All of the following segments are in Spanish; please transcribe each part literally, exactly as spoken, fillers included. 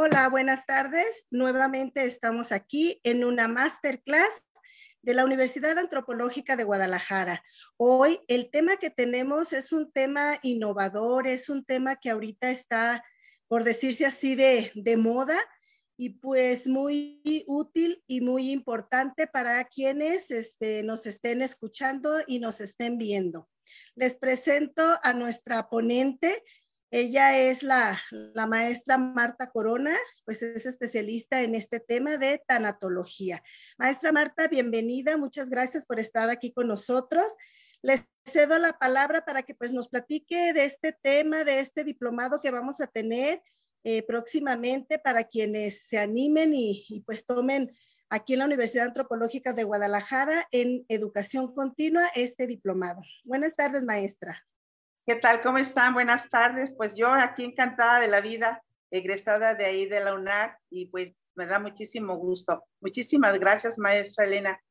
Hola, buenas tardes. Nuevamente estamos aquí en una masterclass de la Universidad Antropológica de Guadalajara. Hoy el tema que tenemos es un tema innovador, es un tema que ahorita está, por decirse así, de, de moda y pues muy útil y muy importante para quienes este, nos estén escuchando y nos estén viendo. Les presento a nuestra ponente. Ella es la, la maestra Marta Corona, pues es especialista en este tema de tanatología. Maestra Marta, bienvenida, muchas gracias por estar aquí con nosotros. Les cedo la palabra para que pues nos platique de este tema, de este diplomado que vamos a tener eh, próximamente para quienes se animen y, y pues tomen aquí en la Universidad Antropológica de Guadalajara en educación continua este diplomado. Buenas tardes, maestra. ¿Qué tal? ¿Cómo están? Buenas tardes. Pues yo aquí encantada de la vida, egresada de ahí de la U N A C y pues me da muchísimo gusto. Muchísimas gracias, maestra Elena.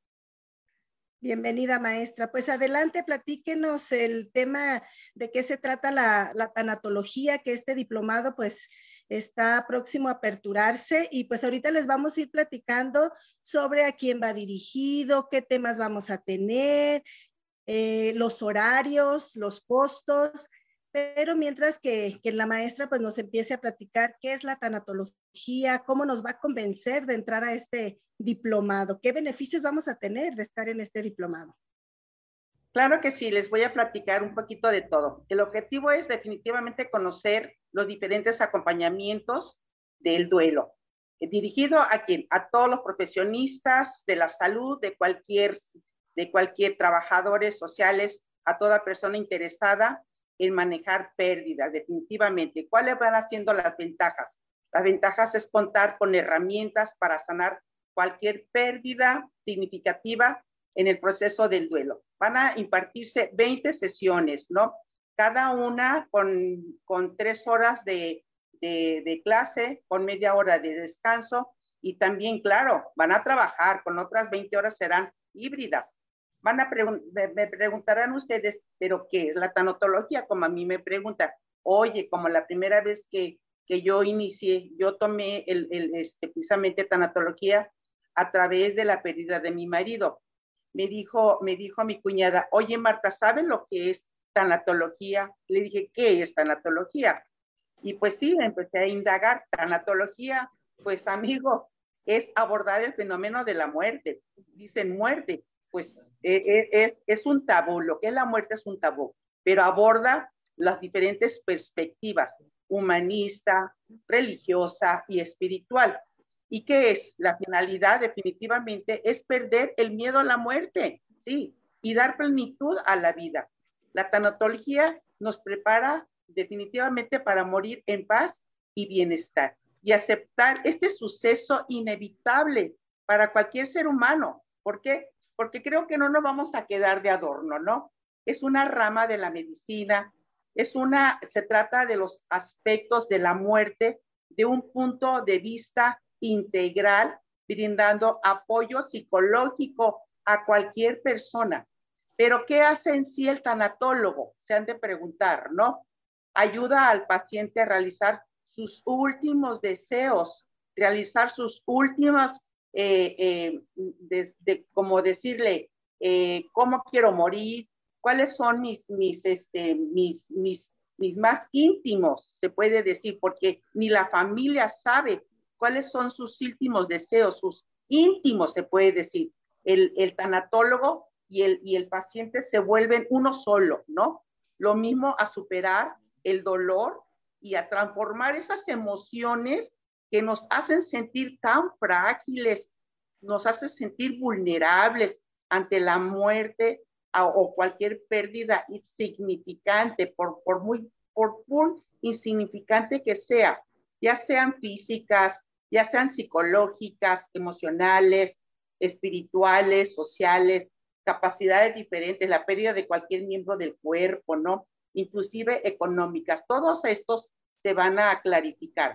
Bienvenida, maestra. Pues adelante, platíquenos el tema de qué se trata la, la tanatología, que este diplomado pues está próximo a aperturarse y pues ahorita les vamos a ir platicando sobre a quién va dirigido, qué temas vamos a tener, Eh, los horarios, los costos, pero mientras que, que la maestra pues nos empiece a platicar qué es la tanatología, cómo nos va a convencer de entrar a este diplomado, qué beneficios vamos a tener de estar en este diplomado. Claro que sí, les voy a platicar un poquito de todo. El objetivo es definitivamente conocer los diferentes acompañamientos del duelo, dirigido a quién, a todos los profesionistas de la salud, de cualquier de cualquier trabajadores sociales, a toda persona interesada en manejar pérdidas, definitivamente. ¿Cuáles van siendo las ventajas? Las ventajas es contar con herramientas para sanar cualquier pérdida significativa en el proceso del duelo. Van a impartirse veinte sesiones, ¿no? Cada una con, con tres horas de, de, de clase, con media hora de descanso y también, claro, van a trabajar, con otras veinte horas serán híbridas. Van a pregun me preguntarán ustedes, ¿pero qué es la tanatología? Como a mí me preguntan, oye, como la primera vez que, que yo inicié, yo tomé el, el, este, precisamente tanatología a través de la pérdida de mi marido. Me dijo, me dijo mi cuñada, oye, Marta, ¿sabes lo que es tanatología? Le dije, ¿qué es tanatología? Y pues sí, empecé a indagar. Tanatología, pues amigo, es abordar el fenómeno de la muerte. Dicen muerte. Pues eh, es, es un tabú, lo que es la muerte es un tabú, pero aborda las diferentes perspectivas, humanista, religiosa y espiritual. ¿Y qué es? La finalidad definitivamente es perder el miedo a la muerte, ¿sí? Y dar plenitud a la vida. La tanatología nos prepara definitivamente para morir en paz y bienestar y aceptar este suceso inevitable para cualquier ser humano. ¿Por qué? Porque creo que no nos vamos a quedar de adorno, ¿no? Es una rama de la medicina, es una, se trata de los aspectos de la muerte de un punto de vista integral, brindando apoyo psicológico a cualquier persona. Pero ¿qué hace en sí el tanatólogo? Se han de preguntar, ¿no? Ayuda al paciente a realizar sus últimos deseos, realizar sus últimas Eh, eh, de, de, como decirle eh, cómo quiero morir, cuáles son mis, mis, este, mis, mis, mis más íntimos, se puede decir, porque ni la familia sabe cuáles son sus últimos deseos, sus íntimos, se puede decir. El, el tanatólogo y el, y el paciente se vuelven uno solo, ¿no? Lo mismo a superar el dolor y a transformar esas emociones que nos hacen sentir tan frágiles, nos hacen sentir vulnerables ante la muerte a, o cualquier pérdida insignificante, por, por, muy, por muy insignificante que sea, ya sean físicas, ya sean psicológicas, emocionales, espirituales, sociales, capacidades diferentes, la pérdida de cualquier miembro del cuerpo, ¿no? Inclusive económicas. Todos estos se van a clarificar.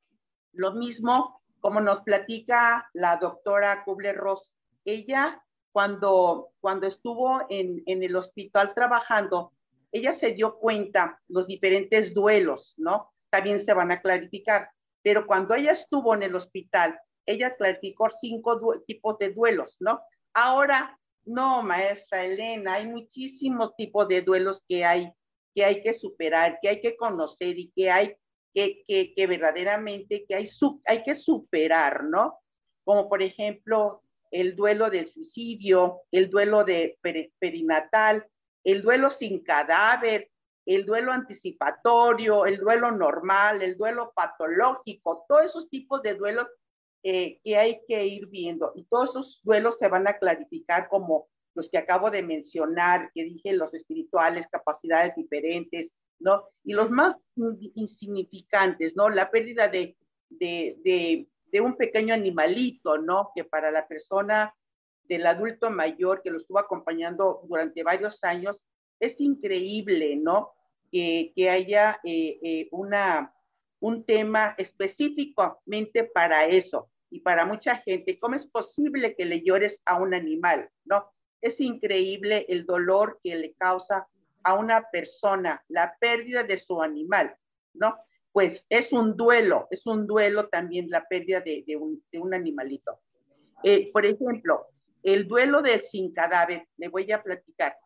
Lo mismo como nos platica la doctora Kubler-Ross. Ella, cuando, cuando estuvo en, en el hospital trabajando, ella se dio cuenta los diferentes duelos, ¿no? También se van a clarificar. pero cuando ella estuvo en el hospital, ella clasificó cinco tipos de duelos, ¿no? Ahora, no, maestra Elena, hay muchísimos tipos de duelos que hay, que hay que superar, que hay que conocer y que hay que, que, que verdaderamente que hay, hay que superar, ¿no? Como por ejemplo, el duelo del suicidio, el duelo de per, perinatal, el duelo sin cadáver, el duelo anticipatorio, el duelo normal, el duelo patológico, todos esos tipos de duelos eh, que hay que ir viendo. Y todos esos duelos se van a clarificar como los que acabo de mencionar, que dije, los espirituales, capacidades diferentes, ¿no? Y los más insignificantes, ¿no? La pérdida de, de, de, de un pequeño animalito, ¿no? Que para la persona del adulto mayor que lo estuvo acompañando durante varios años, es increíble, ¿no? Que, que haya eh, eh, una, un tema específicamente para eso y para mucha gente. ¿Cómo es posible que le llores a un animal, no? Es increíble el dolor que le causa a una persona la pérdida de su animal, ¿no? Pues es un duelo, es un duelo también la pérdida de, de, un, de un animalito. Eh, por ejemplo, el duelo del sin cadáver, le voy a platicar.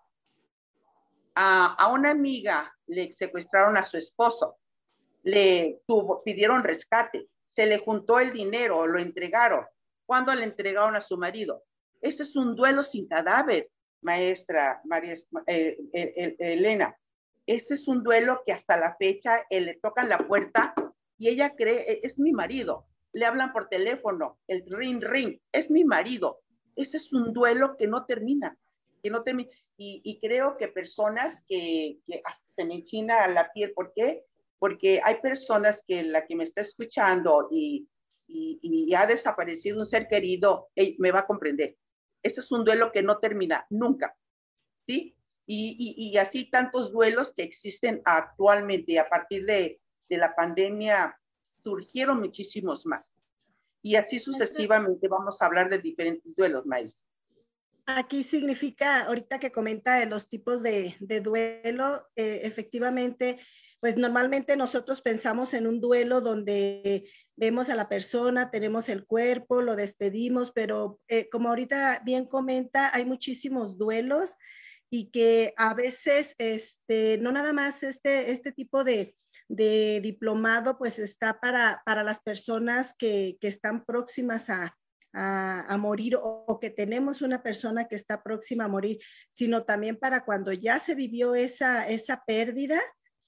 A, a una amiga le secuestraron a su esposo, le tuvo, pidieron rescate, se le juntó el dinero, lo entregaron. ¿Cuándo le entregaron a su marido? Ese es un duelo sin cadáver, maestra María, eh, eh, eh, Elena. Ese es un duelo que hasta la fecha eh, le tocan la puerta y ella cree, es mi marido. Le hablan por teléfono, el ring, ring, es mi marido. Ese es un duelo que no termina, que no termina. Y, y creo que personas que, que hasta se me enchina la piel, ¿por qué? Porque hay personas que la que me está escuchando y, y, y ha desaparecido un ser querido, me va a comprender. Este es un duelo que no termina nunca, ¿sí? Y, y, y así tantos duelos que existen actualmente y a partir de, de la pandemia surgieron muchísimos más. Y así sucesivamente vamos a hablar de diferentes duelos, maestra. Aquí significa, ahorita que comenta de los tipos de, de duelo, eh, efectivamente, pues normalmente nosotros pensamos en un duelo donde vemos a la persona, tenemos el cuerpo, lo despedimos, pero eh, como ahorita bien comenta, hay muchísimos duelos y que a veces, este, no nada más este, este tipo de, de diplomado, pues está para, para las personas que, que están próximas a, A, a morir o, o que tenemos una persona que está próxima a morir, sino también para cuando ya se vivió esa, esa pérdida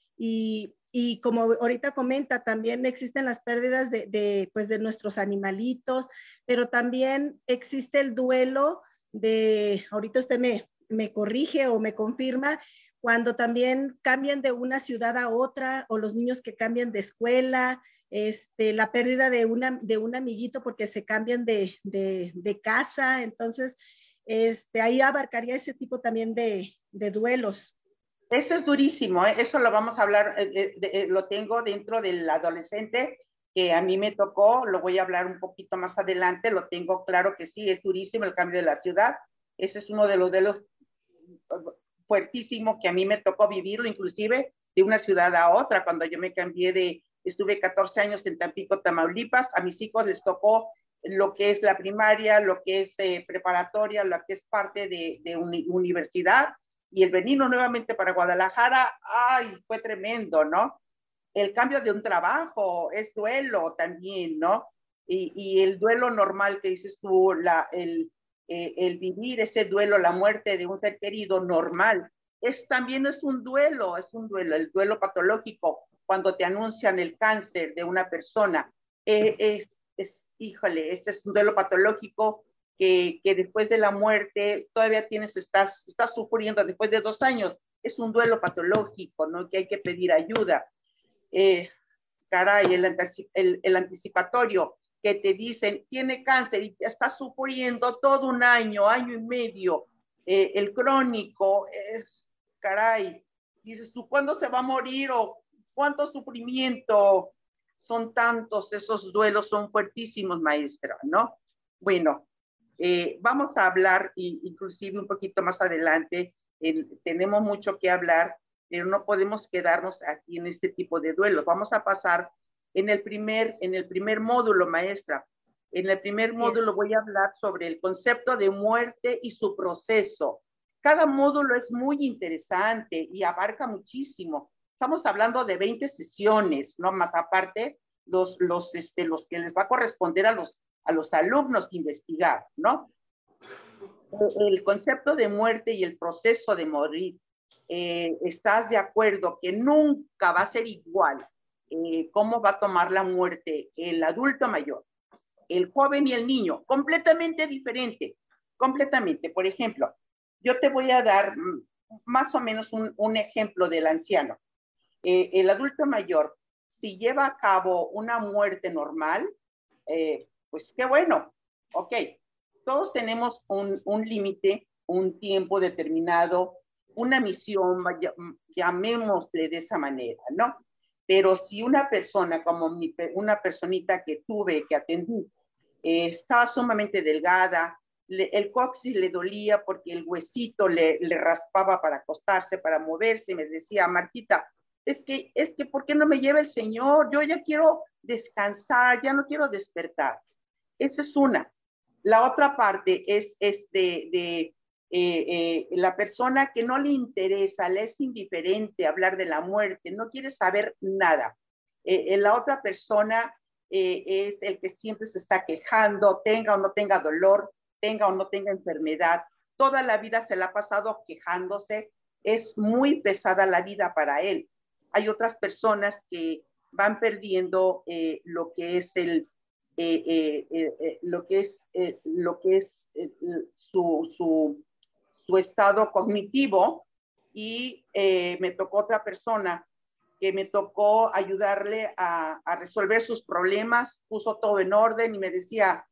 y, y como ahorita comenta, también existen las pérdidas de, de, pues de nuestros animalitos, pero también existe el duelo de, ahorita usted me, me corrige o me confirma, cuando también cambian de una ciudad a otra o los niños que cambian de escuela, este, la pérdida de, una, de un amiguito porque se cambian de, de, de casa, entonces este, ahí abarcaría ese tipo también de, de duelos. Eso es durísimo, ¿eh? Eso lo vamos a hablar, eh, de, de, lo tengo dentro del adolescente que a mí me tocó, lo voy a hablar un poquito más adelante, lo tengo claro que sí, es durísimo el cambio de la ciudad, ese es uno de los de los fuertísimos que a mí me tocó vivirlo, inclusive de una ciudad a otra, cuando yo me cambié de, estuve catorce años en Tampico, Tamaulipas, a mis hijos les tocó lo que es la primaria, lo que es eh, preparatoria, lo que es parte de, de uni universidad, y el venir nuevamente para Guadalajara, ay, fue tremendo, ¿no? El cambio de un trabajo es duelo también, ¿no? Y, y el duelo normal que dices tú, la, el, eh, el vivir ese duelo, la muerte de un ser querido normal, es también es un duelo, es un duelo, el duelo patológico, cuando te anuncian el cáncer de una persona, eh, es, es, híjole, este es un duelo patológico que, que después de la muerte todavía tienes, estás, estás sufriendo después de dos años, es un duelo patológico, ¿no? Que hay que pedir ayuda. Eh, caray, el, el, el anticipatorio, que te dicen, tiene cáncer y está sufriendo todo un año, año y medio, eh, el crónico, es, caray, dices tú, ¿cuándo se va a morir o cuánto sufrimiento? Son tantos, esos duelos son fuertísimos, maestra, ¿no? Bueno, eh, vamos a hablar, inclusive un poquito más adelante, eh, tenemos mucho que hablar, pero no podemos quedarnos aquí en este tipo de duelos. Vamos a pasar en el primer, en el primer módulo, maestra. En el primer Así módulo es. voy a hablar sobre el concepto de muerte y su proceso. Cada módulo es muy interesante y abarca muchísimo. Estamos hablando de veinte sesiones, ¿no? Más aparte, los, los, este, los que les va a corresponder a los, a los alumnos investigar, ¿no? El concepto de muerte y el proceso de morir, eh, ¿estás de acuerdo que nunca va a ser igual? Eh, ¿Cómo va a tomar la muerte el adulto mayor, el joven y el niño? Completamente diferente, completamente. Por ejemplo, yo te voy a dar más o menos un, un ejemplo del anciano. Eh, el adulto mayor, si lleva a cabo una muerte normal, eh, pues qué bueno, ok. Todos tenemos un, un límite, un tiempo determinado, una misión, vaya, llamémosle de esa manera, ¿no? Pero si una persona, como mi, una personita que tuve, que atendí, eh, estaba sumamente delgada, le, el coxis le dolía porque el huesito le, le raspaba para acostarse, para moverse, y me decía, Marquita, es que, es que, ¿por qué no me lleva el Señor? Yo ya quiero descansar, ya no quiero despertar. Esa es una. La otra parte es este, de eh, eh, la persona que no le interesa, le es indiferente hablar de la muerte, no quiere saber nada. Eh, la otra persona eh, es el que siempre se está quejando, tenga o no tenga dolor, tenga o no tenga enfermedad. Toda la vida se la ha pasado quejándose. Es muy pesada la vida para él. Hay otras personas que van perdiendo eh, lo que es el Eh, eh, eh, eh, lo que es, eh, lo que es eh, su, su, su, estado cognitivo y eh, me tocó otra persona que me tocó ayudarle a, a resolver sus problemas, puso todo en orden y me decía,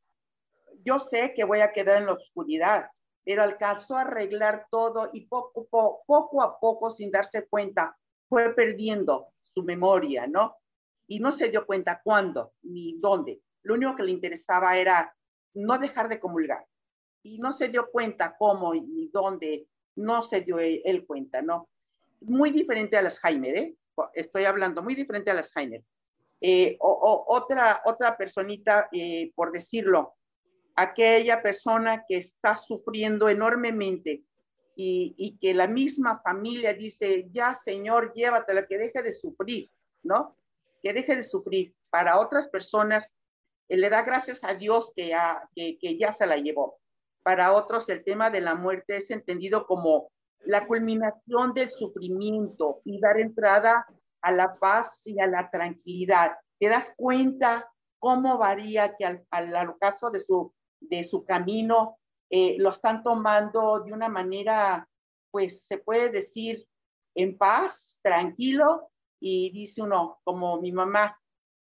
yo sé que voy a quedar en la oscuridad, pero alcanzó a arreglar todo y poco, poco, poco a poco, sin darse cuenta, fue perdiendo su memoria, ¿no? Y no se dio cuenta cuándo ni dónde. Lo único que le interesaba era no dejar de comulgar. Y no se dio cuenta cómo ni dónde, no se dio él, él cuenta, ¿no? Muy diferente a Alzheimer, ¿eh? Estoy hablando muy diferente a Alzheimer. Eh, o, o, otra, otra personita, eh, por decirlo, aquella persona que está sufriendo enormemente y, y que la misma familia dice, ya Señor, llévatela, que deje de sufrir, ¿no? Que deje de sufrir. Para otras personas, eh, le da gracias a Dios que ya, que, que ya se la llevó. Para otros, el tema de la muerte es entendido como la culminación del sufrimiento y dar entrada a la paz y a la tranquilidad. ¿Te das cuenta cómo varía que al, al, al caso de su de su camino, eh, lo están tomando de una manera, pues se puede decir, en paz, tranquilo, y dice uno, como mi mamá,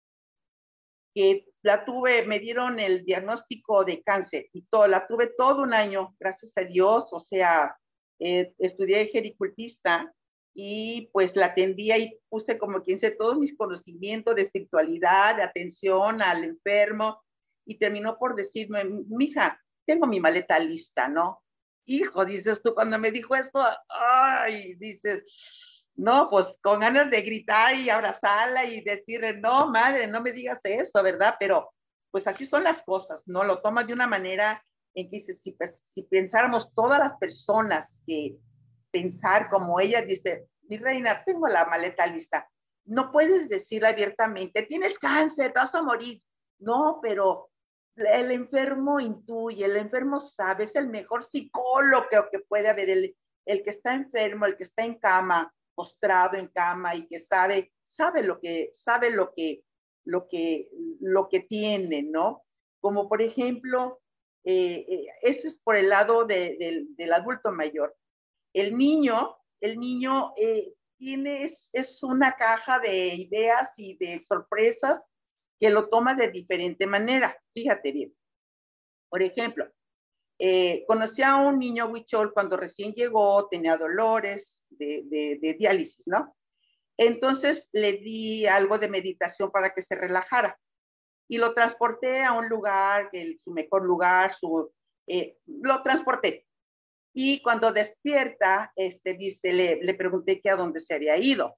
que la tuve, me dieron el diagnóstico de cáncer y todo, la tuve todo un año, gracias a Dios, o sea, eh, estudié gericultista y pues la atendía y puse como quien sé todos mis conocimientos de espiritualidad, de atención al enfermo, y terminó por decirme, mija, tengo mi maleta lista, ¿no? Hijo, dices tú, cuando me dijo esto, ay, dices, no, pues con ganas de gritar y abrazarla y decirle, no, madre, no me digas eso, ¿verdad? Pero pues así son las cosas, ¿no? Lo toma de una manera en que si, pues, si pensáramos todas las personas que pensar como ella dice, mi reina, tengo la maleta lista. No puedes decir abiertamente, tienes cáncer, te vas a morir. No, pero el enfermo intuye, el enfermo sabe, es el mejor psicólogo que puede haber, el, el que está enfermo, el que está en cama, postrado en cama y que sabe, sabe lo que, sabe lo que, lo que, lo que tiene, ¿no? Como por ejemplo, eh, eh, ese es por el lado de, de, del adulto mayor. El niño, el niño eh, tiene, es, es una caja de ideas y de sorpresas que lo toma de diferente manera. Fíjate bien. Por ejemplo, eh, conocí a un niño huichol cuando recién llegó, tenía dolores de, de, de diálisis, ¿no? Entonces le di algo de meditación para que se relajara y lo transporté a un lugar, el, su mejor lugar, su, eh, lo transporté. Y cuando despierta, este, dice, le, le pregunté que a dónde se había ido.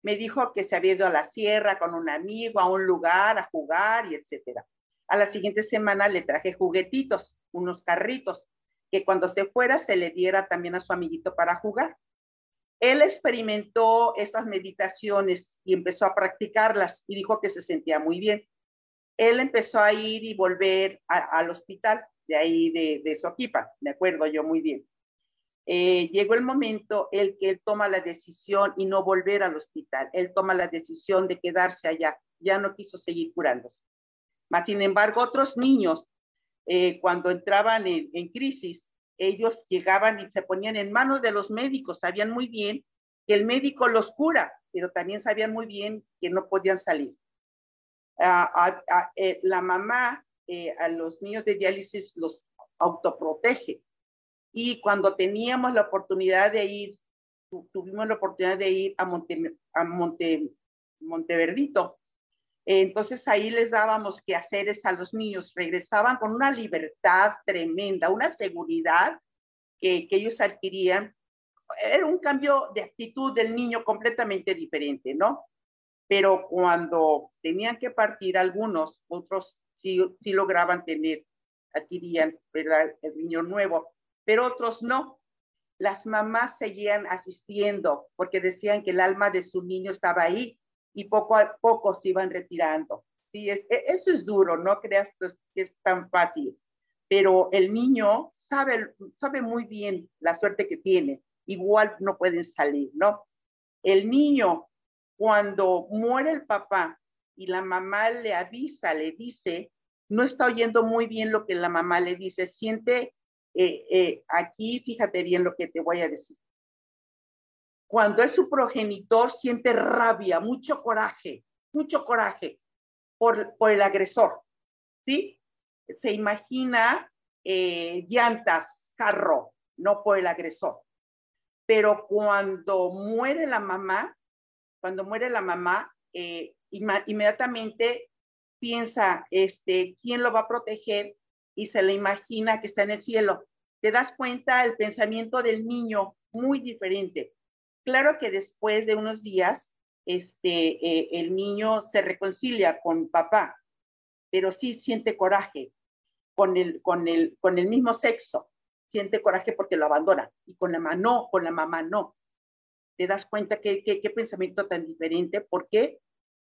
Me dijo que se había ido a la sierra con un amigo, a un lugar, a jugar y etcétera. A la siguiente semana le traje juguetitos, unos carritos, que cuando se fuera se le diera también a su amiguito para jugar. Él experimentó estas meditaciones y empezó a practicarlas y dijo que se sentía muy bien. Él empezó a ir y volver a, al hospital de ahí de, de Soquipa, me acuerdo yo muy bien. Eh, llegó el momento en que él toma la decisión y no volver al hospital. Él toma la decisión de quedarse allá. Ya no quiso seguir curándose. Mas, sin embargo, otros niños, eh, cuando entraban en, en crisis, ellos llegaban y se ponían en manos de los médicos. Sabían muy bien que el médico los cura, pero también sabían muy bien que no podían salir. A, a, a, eh, la mamá eh, a los niños de diálisis los autoprotege. Y cuando teníamos la oportunidad de ir, tu, tuvimos la oportunidad de ir a, Monte, a Monte, Monteverdito, eh, entonces ahí les dábamos quehaceres a los niños, regresaban con una libertad tremenda, una seguridad que, que ellos adquirían. Era un cambio de actitud del niño completamente diferente, ¿no? Pero cuando tenían que partir algunos, otros sí, sí lograban tener, adquirían, ¿verdad?, el riñón nuevo, pero otros no. Las mamás seguían asistiendo porque decían que el alma de su niño estaba ahí y poco a poco se iban retirando. Sí, es, eso es duro, no creas que es tan fácil, pero el niño sabe, sabe muy bien la suerte que tiene, igual no pueden salir, ¿no? El niño, cuando muere el papá y la mamá le avisa, le dice, no está oyendo muy bien lo que la mamá le dice, siente, eh, eh, aquí fíjate bien lo que te voy a decir. Cuando es su progenitor, siente rabia, mucho coraje, mucho coraje por, por el agresor, ¿sí? Se imagina eh, llantas, carro, no por el agresor. Pero cuando muere la mamá, cuando muere la mamá, eh, inmediatamente piensa, este, ¿quién lo va a proteger? Y se le imagina que está en el cielo. Te das cuenta el pensamiento del niño muy diferente. Claro que después de unos días, este, eh, el niño se reconcilia con papá, pero sí siente coraje con el, con el, con el mismo sexo. Siente coraje porque lo abandona. Y con la mamá no, con la mamá no. Te das cuenta que, que, qué pensamiento tan diferente. ¿Por qué?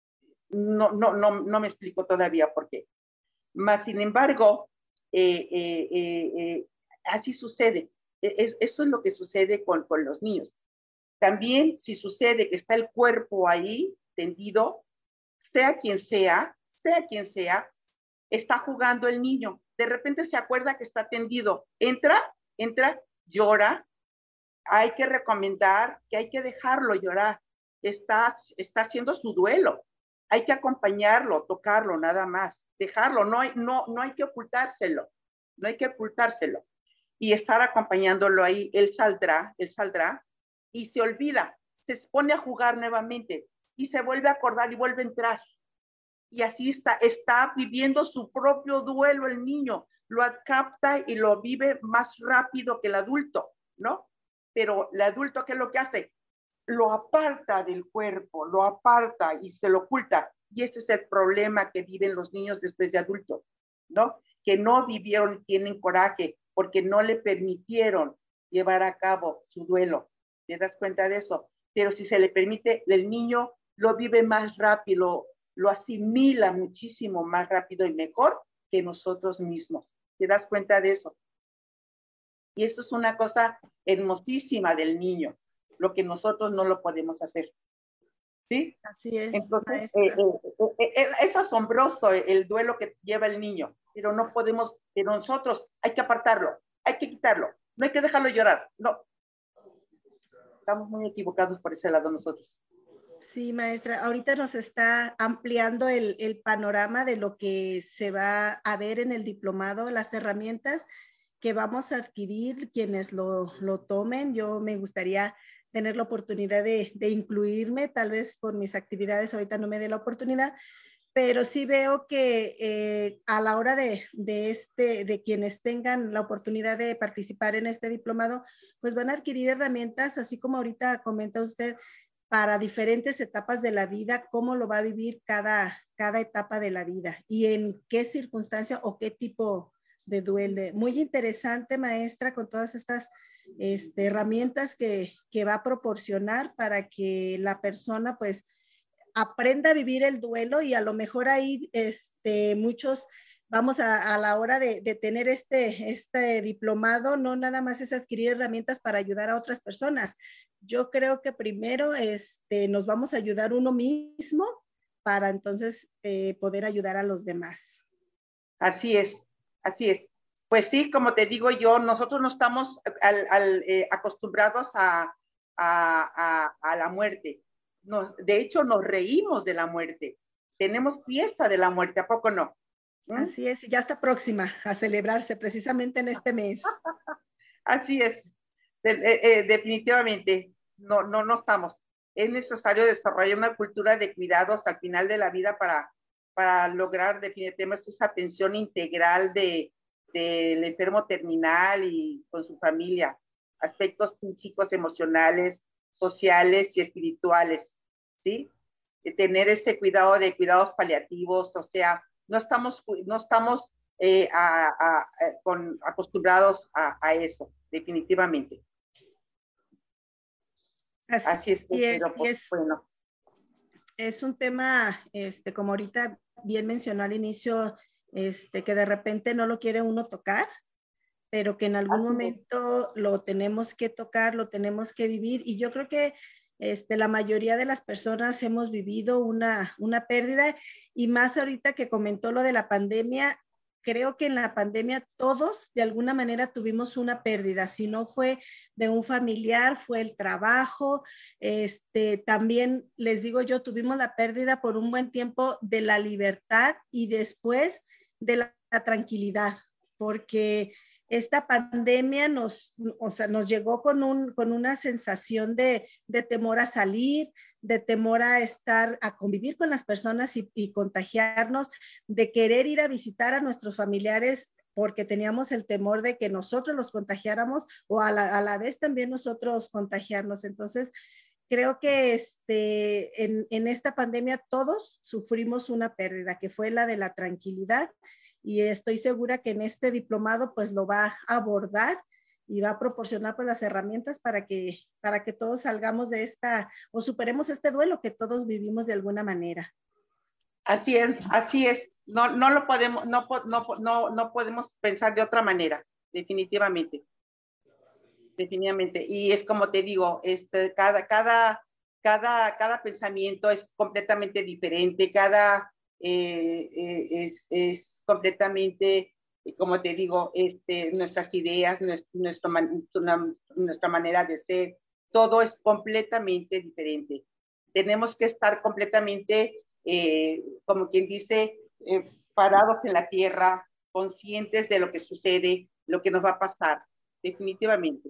No, no, no, no me explico todavía por qué. Más sin embargo, eh, eh, eh, eh, así sucede. Es, eso es lo que sucede con, con los niños. También, si sucede que está el cuerpo ahí tendido, sea quien sea, sea quien sea, está jugando el niño. De repente se acuerda que está tendido. Entra, entra, llora. Hay que recomendar que hay que dejarlo llorar. Está, está haciendo su duelo. Hay que acompañarlo, tocarlo, nada más. Dejarlo, no hay, no, no hay que ocultárselo. No hay que ocultárselo. Y estar acompañándolo ahí. Él saldrá, él saldrá y se olvida. Se pone a jugar nuevamente y se vuelve a acordar y vuelve a entrar. Y así está, está viviendo su propio duelo el niño. Lo capta y lo vive más rápido que el adulto, ¿no? Pero el adulto, ¿qué es lo que hace? Lo aparta del cuerpo, lo aparta y se lo oculta. Y ese es el problema que viven los niños después de adultos, ¿no? Que no vivieron, tienen coraje, porque no le permitieron llevar a cabo su duelo. ¿Te das cuenta de eso? Pero si se le permite, el niño lo vive más rápido, lo asimila muchísimo más rápido y mejor que nosotros mismos. ¿Te das cuenta de eso? Y eso es una cosa hermosísima del niño, lo que nosotros no lo podemos hacer. ¿Sí? Así es. Entonces, eh, eh, eh, eh, es asombroso el duelo que lleva el niño, pero no podemos, pero nosotros hay que apartarlo, hay que quitarlo, no hay que dejarlo llorar, no. Estamos muy equivocados por ese lado nosotros. Sí, maestra, ahorita nos está ampliando el, el panorama de lo que se va a ver en el diplomado, las herramientas que vamos a adquirir quienes lo, lo tomen. Yo me gustaría tener la oportunidad de, de incluirme, tal vez por mis actividades ahorita no me dé la oportunidad, pero sí veo que eh, a la hora de, de, este, de quienes tengan la oportunidad de participar en este diplomado, pues van a adquirir herramientas, así como ahorita comenta usted, para diferentes etapas de la vida, cómo lo va a vivir cada, cada etapa de la vida y en qué circunstancia o qué tipo de duelo. Muy interesante, maestra, con todas estas este, herramientas que, que va a proporcionar para que la persona pues aprenda a vivir el duelo y a lo mejor ahí este, muchos vamos a, a la hora de, de tener este, este diplomado, no nada más es adquirir herramientas para ayudar a otras personas. Yo creo que primero este, nos vamos a ayudar uno mismo para entonces eh, poder ayudar a los demás. Así es, así es. Pues sí, como te digo yo, nosotros no estamos al, al, eh, acostumbrados a, a, a, a la muerte. Nos, de hecho, nos reímos de la muerte. Tenemos fiesta de la muerte, ¿a poco no? ¿Mm? Así es, ya está próxima a celebrarse precisamente en este mes. Así es, de, eh, eh, definitivamente, no, no, no estamos. Es necesario desarrollar una cultura de cuidados al final de la vida para, para lograr definitivamente esa atención integral de, del enfermo terminal y con su familia, aspectos físicos, emocionales, sociales y espirituales, ¿sí? De tener ese cuidado de cuidados paliativos, o sea, no estamos, no estamos eh, a, a, a, con, acostumbrados a, a eso, definitivamente. Así, Así es, y es, pero pues, y es, bueno. Es un tema, este, como ahorita bien mencionó al inicio, este, que de repente no lo quiere uno tocar, pero que en algún Así momento es. lo tenemos que tocar, lo tenemos que vivir. Y yo creo que este, la mayoría de las personas hemos vivido una, una pérdida y más ahorita que comentó lo de la pandemia, creo que en la pandemia todos de alguna manera tuvimos una pérdida. Si no fue de un familiar, fue el trabajo. Este, también les digo yo, tuvimos la pérdida por un buen tiempo de la libertad y después de la, la tranquilidad, porque esta pandemia nos, o sea, nos llegó con, un, con una sensación de, de temor a salir, de temor a estar, a convivir con las personas y, y contagiarnos, de querer ir a visitar a nuestros familiares porque teníamos el temor de que nosotros los contagiáramos o a la, a la vez también nosotros contagiarnos. Entonces, creo que este, en, en esta pandemia todos sufrimos una pérdida, que fue la de la tranquilidad, y estoy segura que en este diplomado pues lo va a abordar y va a proporcionar pues las herramientas para que, para que todos salgamos de esta o superemos este duelo que todos vivimos de alguna manera. Así es, así es. No, no lo podemos, no, no, no, no podemos pensar de otra manera, definitivamente. Definitivamente. Y es como te digo, este, cada, cada, cada, cada pensamiento es completamente diferente, cada eh, eh, es, es completamente, como te digo, este, nuestras ideas, nuestro, nuestra, nuestra manera de ser, todo es completamente diferente. Tenemos que estar completamente, eh, como quien dice, eh, parados en la tierra, conscientes de lo que sucede, lo que nos va a pasar, definitivamente.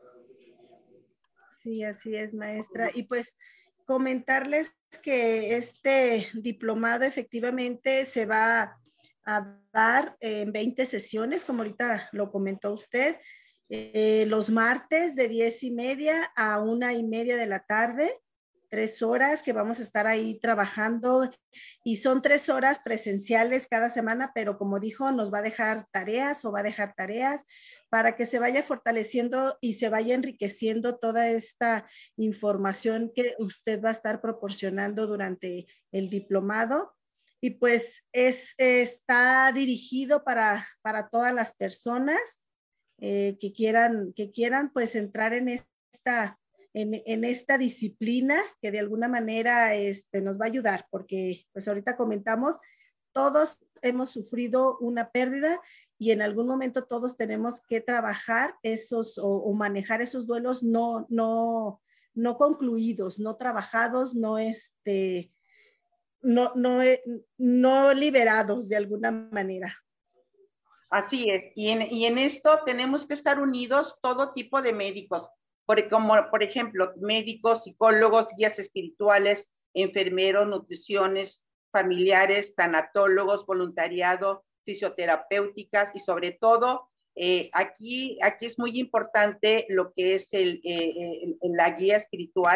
Sí, así es, maestra. Y pues comentarles que este diplomado efectivamente se va a dar en veinte sesiones, como ahorita lo comentó usted, eh, los martes de diez y media a una y media de la tarde, tres horas que vamos a estar ahí trabajando y son tres horas presenciales cada semana, pero como dijo, nos va a dejar tareas o va a dejar tareas para que se vaya fortaleciendo y se vaya enriqueciendo toda esta información que usted va a estar proporcionando durante el diplomado. Y pues es, está dirigido para, para todas las personas eh, que, quieran, que quieran pues entrar en esta, en, en esta disciplina que de alguna manera este, nos va a ayudar, porque pues ahorita comentamos, todos hemos sufrido una pérdida y en algún momento todos tenemos que trabajar esos o, o manejar esos duelos no, no, no concluidos, no trabajados, no, este, no, no, no liberados de alguna manera. Así es, y en, y en esto tenemos que estar unidos todo tipo de médicos, por, como por ejemplo médicos, psicólogos, guías espirituales, enfermeros, nutriciones, familiares, tanatólogos, voluntariado, fisioterapéuticas y sobre todo eh, aquí, aquí es muy importante lo que es el, eh, el, la guía espiritual,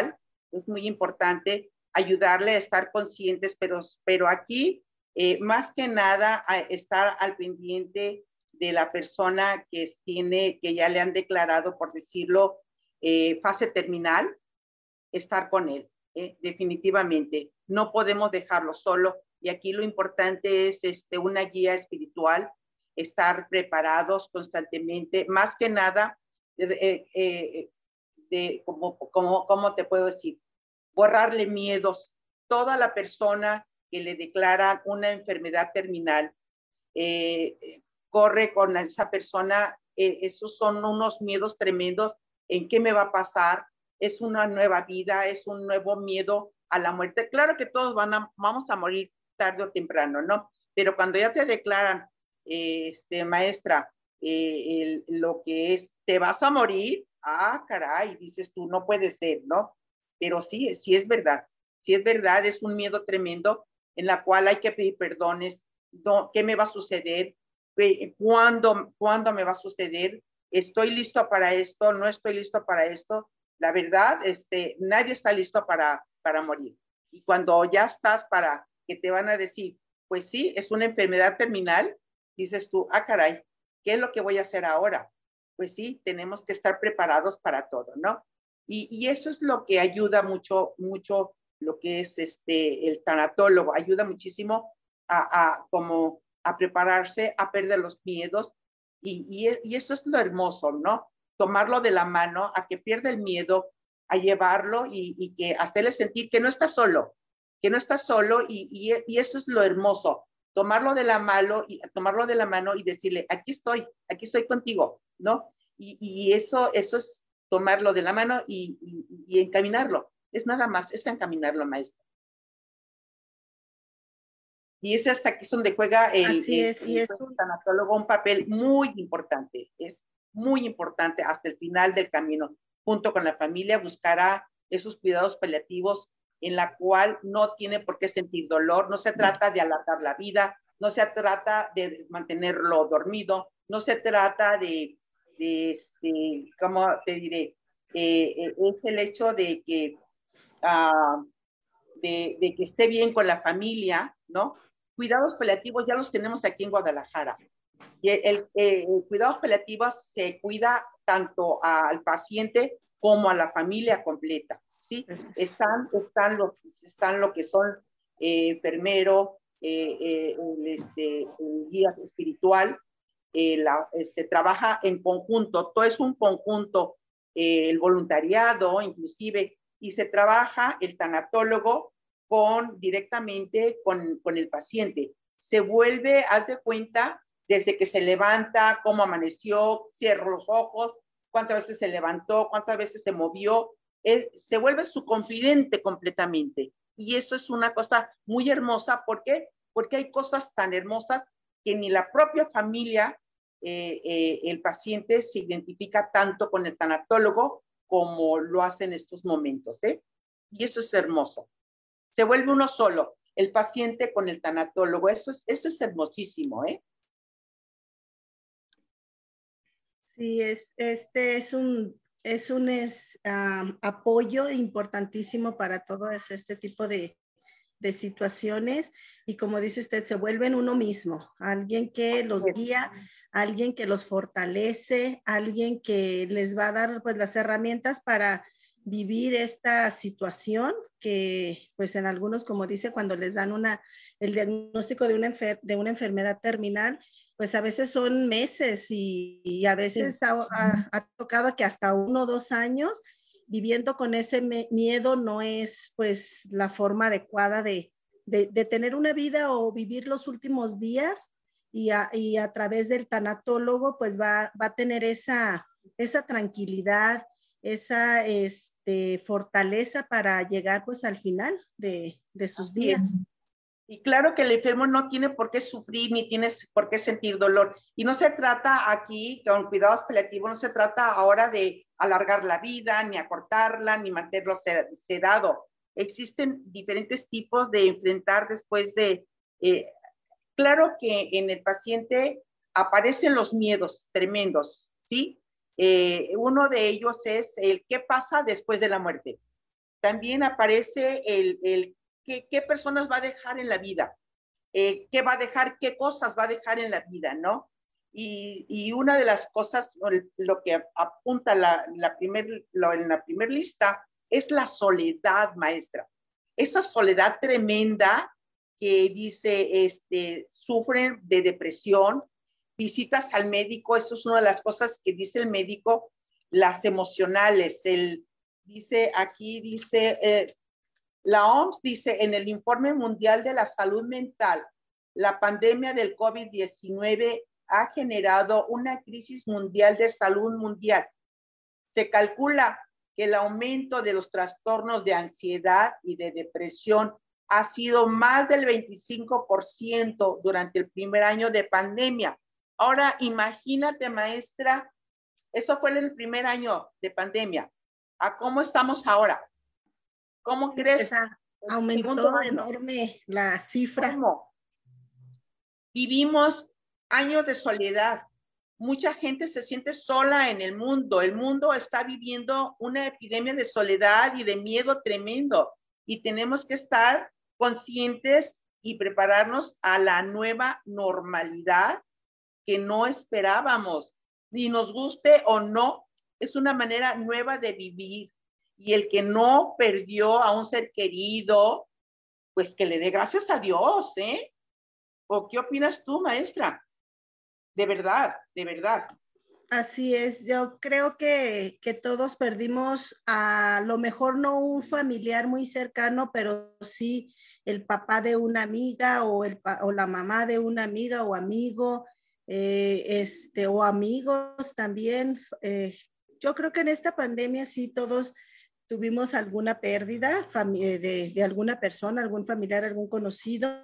es muy importante ayudarle a estar conscientes, pero, pero aquí, eh, más que nada, a estar al pendiente de la persona que tiene, que ya le han declarado, por decirlo, eh, fase terminal, estar con él, eh, definitivamente. No podemos dejarlo solo, y aquí lo importante es este, una guía espiritual, estar preparados constantemente, más que nada, eh, eh, de, como, como, ¿cómo te puedo decir? Borrarle miedos. Toda la persona que le declaran una enfermedad terminal, eh, corre con esa persona, eh, esos son unos miedos tremendos. ¿En qué me va a pasar? Es una nueva vida, es un nuevo miedo a la muerte. Claro que todos van a, vamos a morir tarde o temprano, ¿no? Pero cuando ya te declaran, eh, este, maestra, eh, el, lo que es, te vas a morir, ah, caray, dices tú, no puede ser, ¿no? Pero sí, sí es verdad, sí es verdad, es un miedo tremendo en la cual hay que pedir perdones. No, ¿qué me va a suceder? ¿Cuándo, ¿Cuándo me va a suceder? ¿Estoy listo para esto? ¿No estoy listo para esto? La verdad, este, nadie está listo para, para morir. Y cuando ya estás para que te van a decir, pues sí, es una enfermedad terminal, dices tú, ah, caray, ¿qué es lo que voy a hacer ahora? Pues sí, tenemos que estar preparados para todo, ¿no? Y, y eso es lo que ayuda mucho, mucho lo que es este, el tanatólogo, ayuda muchísimo a, a, como a prepararse, a perder los miedos, y, y, y eso es lo hermoso, ¿no? Tomarlo de la mano, a que pierda el miedo, a llevarlo y, y que hacerle sentir que no está solo, que no está solo, y, y, y eso es lo hermoso, tomarlo de la mano y tomarlo de la mano y decirle, aquí estoy, aquí estoy contigo, ¿no? Y, y eso, eso es tomarlo de la mano y, y, y encaminarlo. Es nada más, es encaminarlo, maestra. Y es hasta aquí donde juega el, Así es, es, y es el un, tanatólogo un papel muy importante, es muy importante hasta el final del camino. Junto con la familia buscará esos cuidados paliativos en la cual no tiene por qué sentir dolor, no se trata de alargar la vida, no se trata de mantenerlo dormido, no se trata de, de este, ¿cómo te diré? Eh, es el hecho de que, uh, de, de que esté bien con la familia, ¿no? Cuidados paliativos ya los tenemos aquí en Guadalajara. Y el, el, el cuidados paliativos se cuida tanto al paciente como a la familia completa, ¿sí? Están, están, lo, están lo que son eh, enfermero, eh, eh, el, este, el guía espiritual, eh, la, eh, se trabaja en conjunto, todo es un conjunto, eh, el voluntariado inclusive, y se trabaja el tanatólogo con, directamente con, con el paciente. Se vuelve, haz de cuenta, desde que se levanta, cómo amaneció, cierra los ojos, cuántas veces se levantó, cuántas veces se movió, es, se vuelve su confidente completamente. Y eso es una cosa muy hermosa. ¿Por qué? Porque hay cosas tan hermosas que ni la propia familia, eh, eh, el paciente se identifica tanto con el tanatólogo como lo hace en estos momentos, ¿eh? Y eso es hermoso. Se vuelve uno solo, el paciente con el tanatólogo. Eso es, eso es hermosísimo, ¿eh? Sí, es, este es un, es un es, um, apoyo importantísimo para todo este tipo de, de situaciones, y como dice usted, se vuelven uno mismo, alguien que los guía, alguien que los fortalece, alguien que les va a dar pues las herramientas para vivir esta situación que pues en algunos, como dice, cuando les dan una, el diagnóstico de una, enfer de una enfermedad terminal, pues a veces son meses y, y a veces sí. ha, ha, ha tocado que hasta uno o dos años viviendo con ese miedo no es pues la forma adecuada de, de, de tener una vida o vivir los últimos días, y a, y a través del tanatólogo pues va, va a tener esa, esa tranquilidad, esa este, fortaleza para llegar pues al final de, de sus Así días. Es. Y claro que el enfermo no tiene por qué sufrir ni tiene por qué sentir dolor. Y no se trata aquí, con cuidados paliativos, no se trata ahora de alargar la vida, ni acortarla, ni mantenerlo sedado. Existen diferentes tipos de enfrentar después de... Eh, claro que en el paciente aparecen los miedos tremendos, ¿sí? Eh, uno de ellos es el qué pasa después de la muerte. también aparece el, el qué, qué personas va a dejar en la vida, eh, qué va a dejar, qué cosas va a dejar en la vida, ¿no? Y, y una de las cosas, lo que apunta la, la primer, lo, en la primera lista, es la soledad, maestra. Esa soledad tremenda que dice, este, sufren de depresión, visitas al médico, eso es una de las cosas que dice el médico, las emocionales, el, dice aquí, dice, eh, la O M S dice en el Informe Mundial de la Salud Mental, la pandemia del COVID diecinueve ha generado una crisis mundial de salud mundial. Se calcula que el aumento de los trastornos de ansiedad y de depresión ha sido más del veinticinco por ciento durante el primer año de pandemia. Ahora, imagínate, maestra, eso fue en el primer año de pandemia. ¿A cómo estamos ahora? ¿Cómo crees? Esa, aumentó enorme la cifra. ¿Cómo? Vivimos años de soledad. Mucha gente se siente sola en el mundo. El mundo está viviendo una epidemia de soledad y de miedo tremendo. Y tenemos que estar conscientes y prepararnos a la nueva normalidad que no esperábamos. Ni nos guste o no, es una manera nueva de vivir. Y el que no perdió a un ser querido, pues que le dé gracias a Dios, ¿eh? ¿O qué opinas tú, maestra? De verdad, de verdad. Así es, yo creo que, que todos perdimos a lo mejor no un familiar muy cercano, pero sí el papá de una amiga o, el, o la mamá de una amiga o amigo, eh, este, o amigos también. Eh, yo creo que en esta pandemia sí todos tuvimos alguna pérdida de, de alguna persona, algún familiar, algún conocido,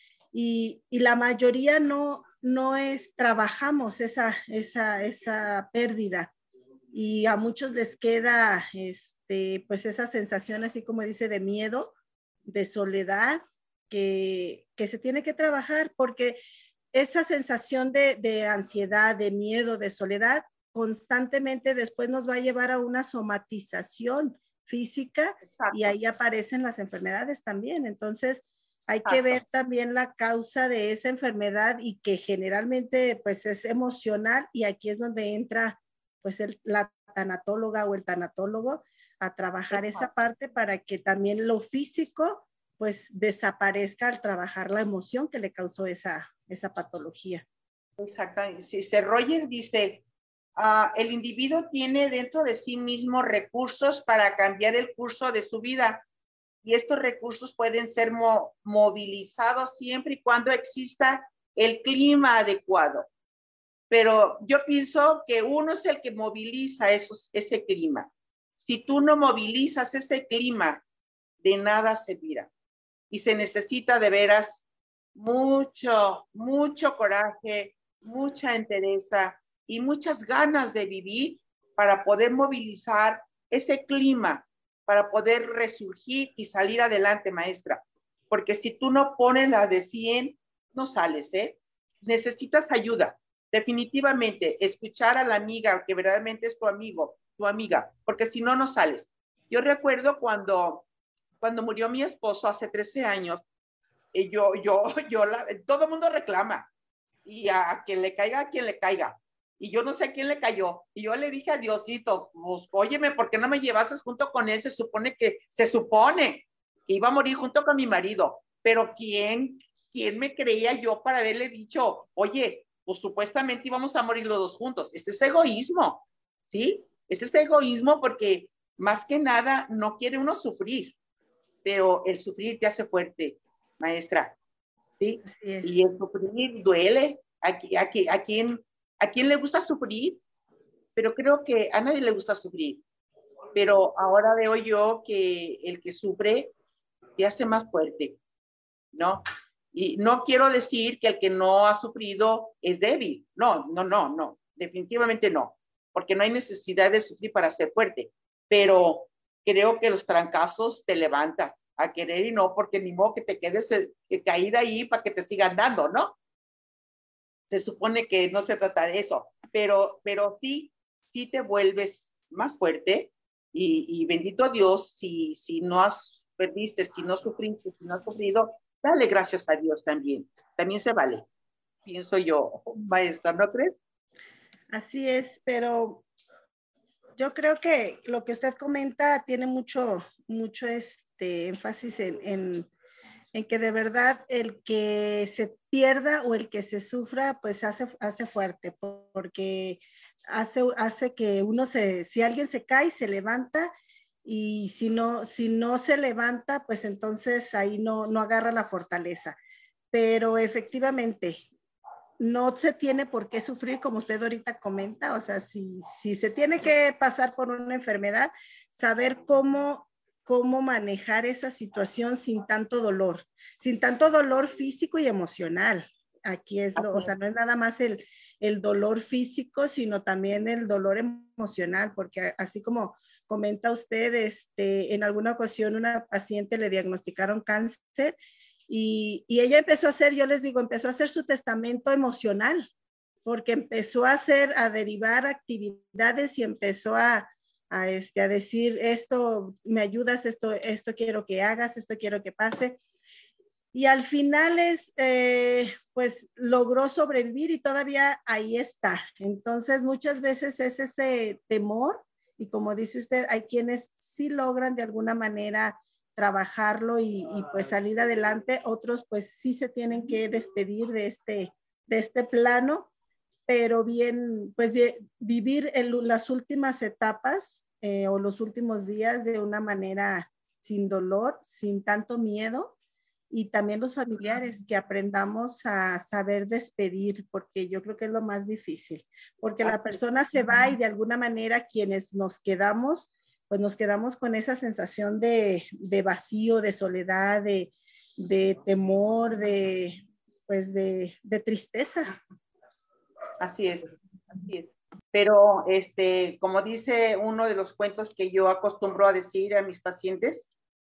y, y la mayoría no, no es, trabajamos esa, esa, esa pérdida, y a muchos les queda este, pues esa sensación, así como dice, de miedo, de soledad, que, que se tiene que trabajar, porque esa sensación de, de ansiedad, de miedo, de soledad, constantemente después nos va a llevar a una somatización física. Exacto. Y ahí aparecen las enfermedades también. Entonces, hay Exacto. que ver también la causa de esa enfermedad, y que generalmente pues es emocional, y aquí es donde entra pues el, la tanatóloga o el tanatólogo a trabajar Exacto. esa parte para que también lo físico pues desaparezca al trabajar la emoción que le causó esa, esa patología. Exactamente. Sí, Roger dice, uh, el individuo tiene dentro de sí mismo recursos para cambiar el curso de su vida, y estos recursos pueden ser mo movilizados siempre y cuando exista el clima adecuado. Pero yo pienso que uno es el que moviliza esos, ese clima. Si tú no movilizas ese clima, de nada servirá. Y se necesita de veras mucho, mucho coraje, mucha entereza y muchas ganas de vivir para poder movilizar ese clima, para poder resurgir y salir adelante, maestra. Porque si tú no pones la de cien, no sales, ¿eh? Necesitas ayuda. Definitivamente, escuchar a la amiga que verdaderamente es tu amigo, tu amiga, porque si no, no sales. Yo recuerdo cuando, cuando murió mi esposo hace trece años, y yo, yo, yo, la, todo el mundo reclama, y a quien le caiga, a quien le caiga. Y yo no sé a quién le cayó. Y yo le dije a Diosito, pues, óyeme, ¿por qué no me llevaste junto con él? Se supone que, se supone que iba a morir junto con mi marido. Pero ¿quién, quién me creía yo para haberle dicho, oye, pues supuestamente íbamos a morir los dos juntos? Ese es egoísmo, ¿sí? Ese es egoísmo porque más que nada no quiere uno sufrir, pero el sufrir te hace fuerte, maestra, ¿sí? Y el sufrir duele. Aquí, aquí, a quién ¿A quién le gusta sufrir? Pero creo que a nadie le gusta sufrir. Pero ahora veo yo que el que sufre te hace más fuerte, ¿no? Y no quiero decir que el que no ha sufrido es débil. No, no, no, no. Definitivamente no. Porque no hay necesidad de sufrir para ser fuerte. Pero creo que los trancazos te levantan a querer, y no porque ni modo que te quedes caída ahí para que te sigan dando, ¿no? Se supone que no se trata de eso, pero, pero sí, sí te vuelves más fuerte Y, y bendito Dios, si, si no has perdiste, si no sufriste, si no has sufrido, dale gracias a Dios también. También se vale, pienso yo, maestra, ¿no crees? Así es, pero yo creo que lo que usted comenta tiene mucho, mucho este énfasis en, en, en que de verdad el que se pierda o el que se sufra, pues hace, hace fuerte, porque hace, hace que uno se, si alguien se cae, se levanta, y si no, si no se levanta, pues entonces ahí no, no agarra la fortaleza. Pero efectivamente, no se tiene por qué sufrir, como usted ahorita comenta, o sea, si, si se tiene que pasar por una enfermedad, saber cómo, cómo manejar esa situación sin tanto dolor, sin tanto dolor físico y emocional. Aquí es lo, o sea, no es nada más el, el dolor físico, sino también el dolor emocional, porque así como comenta usted, este, en alguna ocasión una paciente le diagnosticaron cáncer. Y, y ella empezó a hacer, yo les digo, empezó a hacer su testamento emocional, porque empezó a hacer, a derivar actividades y empezó a, a, este, a decir, esto me ayudas, esto, esto quiero que hagas, esto quiero que pase. Y al final es, eh, pues logró sobrevivir y todavía ahí está. Entonces muchas veces es ese temor, y como dice usted, hay quienes sí logran de alguna manera trabajarlo y, y pues salir adelante, otros pues sí se tienen que despedir de este, de este plano, pero bien, pues bien, vivir en las últimas etapas eh, o los últimos días de una manera sin dolor, sin tanto miedo, y también los familiares, que aprendamos a saber despedir, porque yo creo que es lo más difícil, porque la persona se va y de alguna manera quienes nos quedamos, pues nos quedamos con esa sensación de, de vacío, de soledad, de, de temor, de, pues de, de tristeza. Así es, así es. Pero, este, como dice uno de los cuentos que yo acostumbro a decir a mis pacientes,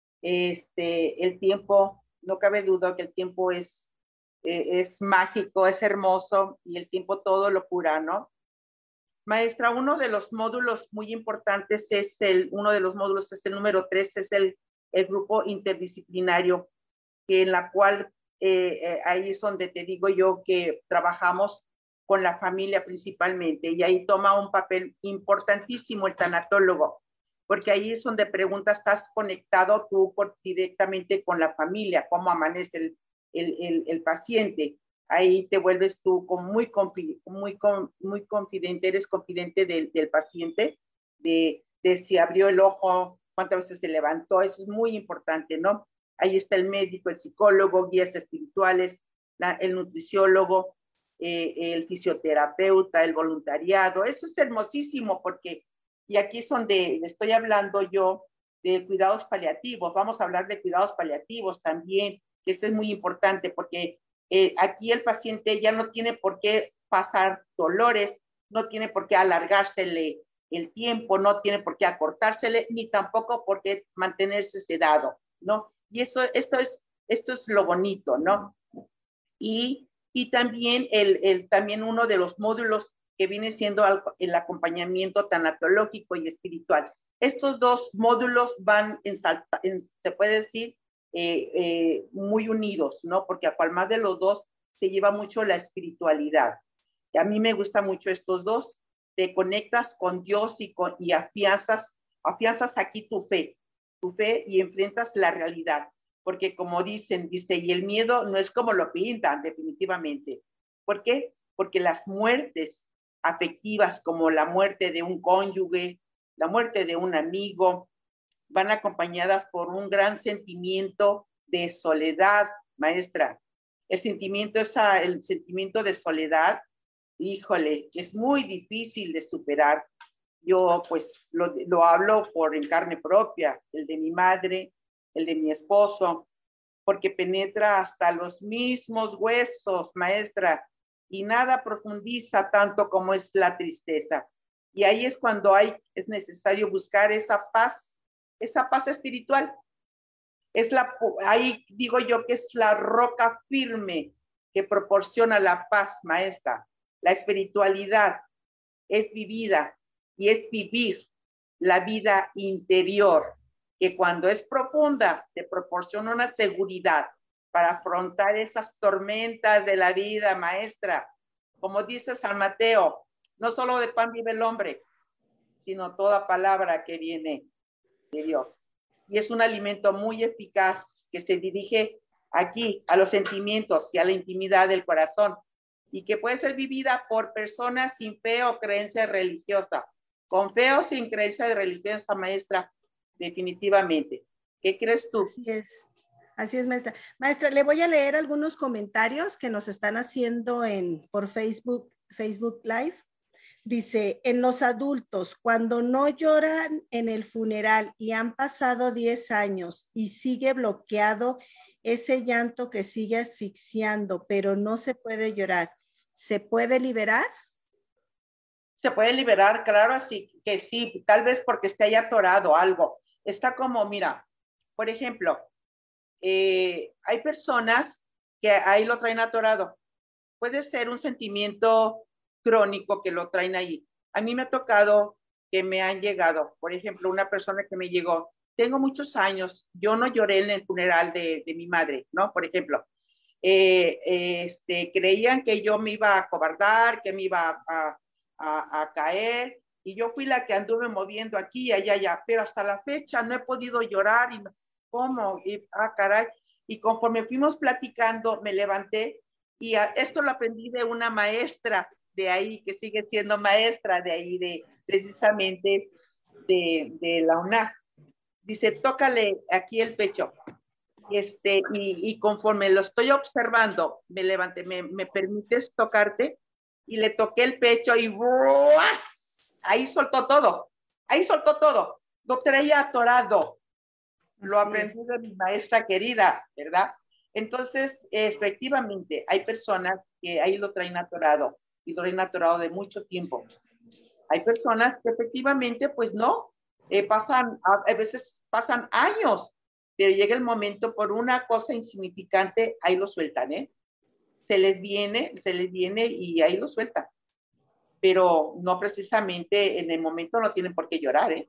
este, el tiempo, no cabe duda que el tiempo es, eh, es mágico, es hermoso, y el tiempo todo lo cura, ¿no? Maestra, uno de los módulos muy importantes es el, uno de los módulos es el número tres, es el, el grupo interdisciplinario, que en la cual eh, eh, ahí es donde te digo yo que trabajamos con la familia principalmente, y ahí toma un papel importantísimo el tanatólogo, porque ahí es donde preguntas, estás conectado tú por, directamente con la familia, cómo amanece el, el, el, el paciente. Ahí te vuelves tú con muy, confi muy, muy confidente, eres confidente del, del paciente, de, de si abrió el ojo, cuántas veces se levantó, eso es muy importante, ¿no? Ahí está el médico, el psicólogo, guías espirituales, la, el nutriciólogo, eh, el fisioterapeuta, el voluntariado. Eso es hermosísimo porque, y aquí es donde estoy hablando yo de cuidados paliativos. Vamos a hablar de cuidados paliativos también, que esto es muy importante porque eh, aquí el paciente ya no tiene por qué pasar dolores, no tiene por qué alargársele el tiempo, no tiene por qué acortársele, ni tampoco por qué mantenerse sedado, ¿no? Y eso, esto, es, esto es lo bonito, ¿no? Y, y también, el, el, también uno de los módulos que viene siendo el acompañamiento tanatológico y espiritual. Estos dos módulos van, en, en, se puede decir, eh, eh, muy unidos, ¿no? Porque a cual más de los dos se lleva mucho la espiritualidad. Y a mí me gustan mucho estos dos. Te conectas con Dios y, con, y afianzas, afianzas aquí tu fe, tu fe y enfrentas la realidad. Porque como dicen, dice, y el miedo no es como lo pintan, definitivamente. ¿Por qué? Porque las muertes afectivas, como la muerte de un cónyuge, la muerte de un amigo, van acompañadas por un gran sentimiento de soledad, maestra. El sentimiento, esa, el sentimiento de soledad, híjole, es muy difícil de superar. Yo pues lo, lo hablo por en carne propia, el de mi madre, el de mi esposo, porque penetra hasta los mismos huesos, maestra, y nada profundiza tanto como es la tristeza. Y ahí es cuando hay, es necesario buscar esa paz, esa paz espiritual. Es la, ahí digo yo que es la roca firme que proporciona la paz, maestra. La espiritualidad es vivida y es vivir la vida interior, que cuando es profunda te proporciona una seguridad para afrontar esas tormentas de la vida, maestra. Como dice San Mateo, no solo de pan vive el hombre, sino toda palabra que viene de Dios. Y es un alimento muy eficaz que se dirige aquí a los sentimientos y a la intimidad del corazón y que puede ser vivida por personas sin fe o creencia religiosa. Con fe o sin creencia religiosa, maestra, definitivamente. ¿Qué crees tú? Así es, así es, maestra. Maestra, le voy a leer algunos comentarios que nos están haciendo en, por Facebook, Facebook Live. Dice, en los adultos, cuando no lloran en el funeral y han pasado diez años y sigue bloqueado ese llanto que sigue asfixiando, pero no se puede llorar, ¿se puede liberar? Se puede liberar, claro, así que sí, tal vez porque esté ahí atorado algo. Está como, mira, por ejemplo, eh, hay personas que ahí lo traen atorado. Puede ser un sentimiento crónico que lo traen ahí. A mí me ha tocado que me han llegado, por ejemplo, una persona que me llegó, tengo muchos años, yo no lloré en el funeral de, de mi madre, ¿no? Por ejemplo, eh, este, creían que yo me iba a acobardar, que me iba a, a, a, a caer, y yo fui la que anduve moviendo aquí y allá, allá, pero hasta la fecha no he podido llorar, y ¿cómo? Y, ah, caray, y conforme fuimos platicando, me levanté, y a, esto lo aprendí de una maestra de ahí, que sigue siendo maestra de ahí, de precisamente de, de la U N A. Dice, tócale aquí el pecho. Este, y, y conforme lo estoy observando, me levanté, me, me permites tocarte, y le toqué el pecho y ¡buas! Ahí soltó todo, ahí soltó todo, lo traía atorado, lo aprendí de mi maestra querida, ¿verdad? Entonces, efectivamente, hay personas que ahí lo traen atorado, y lo traen atorado de mucho tiempo. Hay personas que efectivamente, pues no, eh, pasan, a, a veces pasan años, pero llega el momento por una cosa insignificante, ahí lo sueltan, ¿eh? Se les viene, se les viene y ahí lo sueltan. Pero no precisamente en el momento no tienen por qué llorar, ¿eh?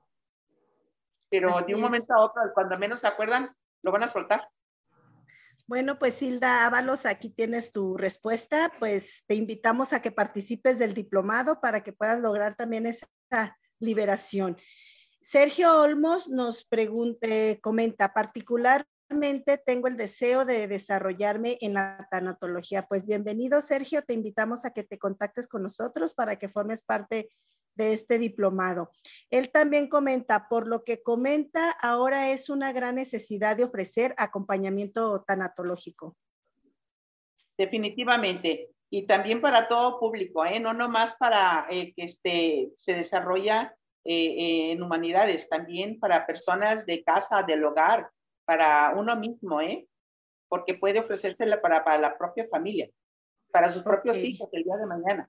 Pero Así de un es. momento a otro, cuando menos se acuerdan, lo van a soltar. Bueno, pues Hilda Ábalos, aquí tienes tu respuesta. Pues te invitamos a que participes del diplomado para que puedas lograr también esa liberación. Sergio Olmos nos pregunta, comenta, particularmente tengo el deseo de desarrollarme en la tanatología. Pues bienvenido, Sergio, te invitamos a que te contactes con nosotros para que formes parte de este diplomado. Él también comenta, por lo que comenta, ahora es una gran necesidad de ofrecer acompañamiento tanatológico. Definitivamente. Y también para todo público, ¿eh? No nomás para el que este, se desarrolla eh, en humanidades, también para personas de casa, del hogar, para uno mismo, ¿eh? Porque puede ofrecérsela para, para la propia familia, para sus propios Okay. hijos el día de mañana.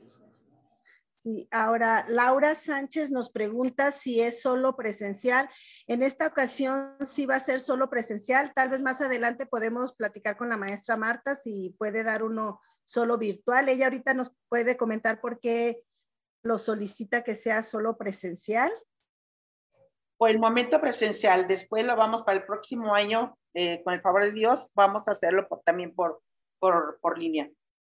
Sí, ahora Laura Sánchez nos pregunta si es solo presencial. En esta ocasión sí va a ser solo presencial. Tal vez más adelante podemos platicar con la maestra Marta si puede dar uno solo virtual. Ella ahorita nos puede comentar por qué lo solicita que sea solo presencial. Por el momento presencial, después lo vamos para el próximo año, eh, con el favor de Dios, vamos a hacerlo por, también por, por, por línea.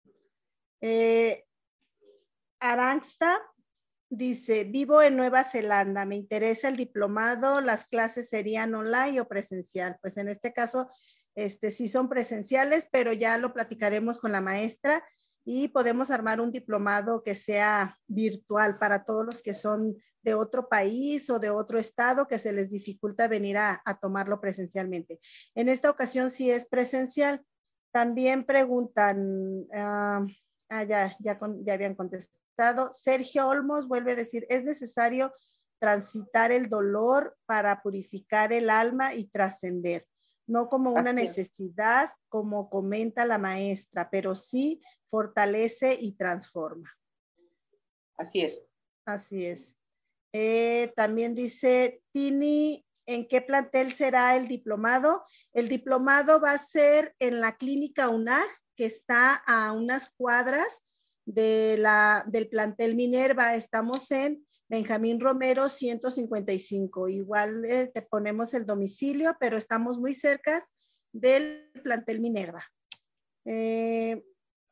Eh, Arangsta dice, vivo en Nueva Zelanda, me interesa el diplomado, las clases serían online o presencial. Pues en este caso, este, sí son presenciales, pero ya lo platicaremos con la maestra y podemos armar un diplomado que sea virtual para todos los que son de otro país o de otro estado que se les dificulta venir a, a tomarlo presencialmente. En esta ocasión sí es presencial. También preguntan, uh, ah, ya, ya, con, ya habían contestado. Sergio Olmos vuelve a decir, es necesario transitar el dolor para purificar el alma y trascender, no como una Así necesidad, como comenta la maestra, pero sí fortalece y transforma. Así es. Así es. Eh, también dice Tini, ¿en qué plantel será el diplomado? El diplomado va a ser en la clínica U N A, que está a unas cuadras de la, del plantel Minerva. Estamos en Benjamín Romero ciento cincuenta y cinco. Igual eh, te ponemos el domicilio, pero estamos muy cerca del plantel Minerva. Eh,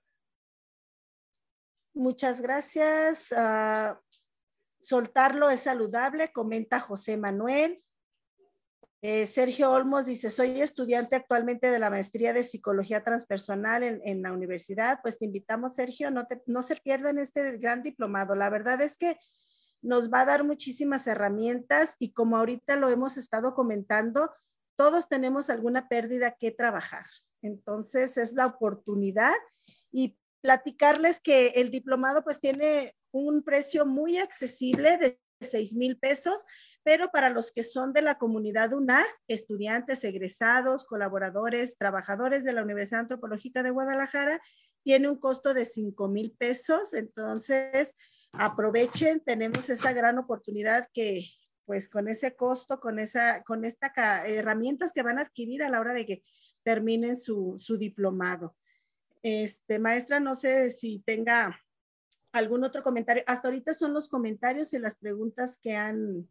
muchas gracias. Uh, soltarlo es saludable, comenta José Manuel. Eh, Sergio Olmos dice, soy estudiante actualmente de la maestría de psicología transpersonal en, en la universidad. Pues te invitamos, Sergio, no, te, no se pierdan este gran diplomado. La verdad es que nos va a dar muchísimas herramientas y como ahorita lo hemos estado comentando, todos tenemos alguna pérdida que trabajar. Entonces es la oportunidad y platicarles que el diplomado pues tiene un precio muy accesible de seis mil pesos, pero para los que son de la comunidad U N A C, estudiantes, egresados, colaboradores, trabajadores de la Universidad Antropológica de Guadalajara, tiene un costo de cinco mil pesos. Entonces, aprovechen, tenemos esa gran oportunidad que, pues, con ese costo, con esa, con esta herramientas que van a adquirir a la hora de que terminen su, su diplomado. Este, maestra, no sé si tenga algún otro comentario. Hasta ahorita son los comentarios y las preguntas que han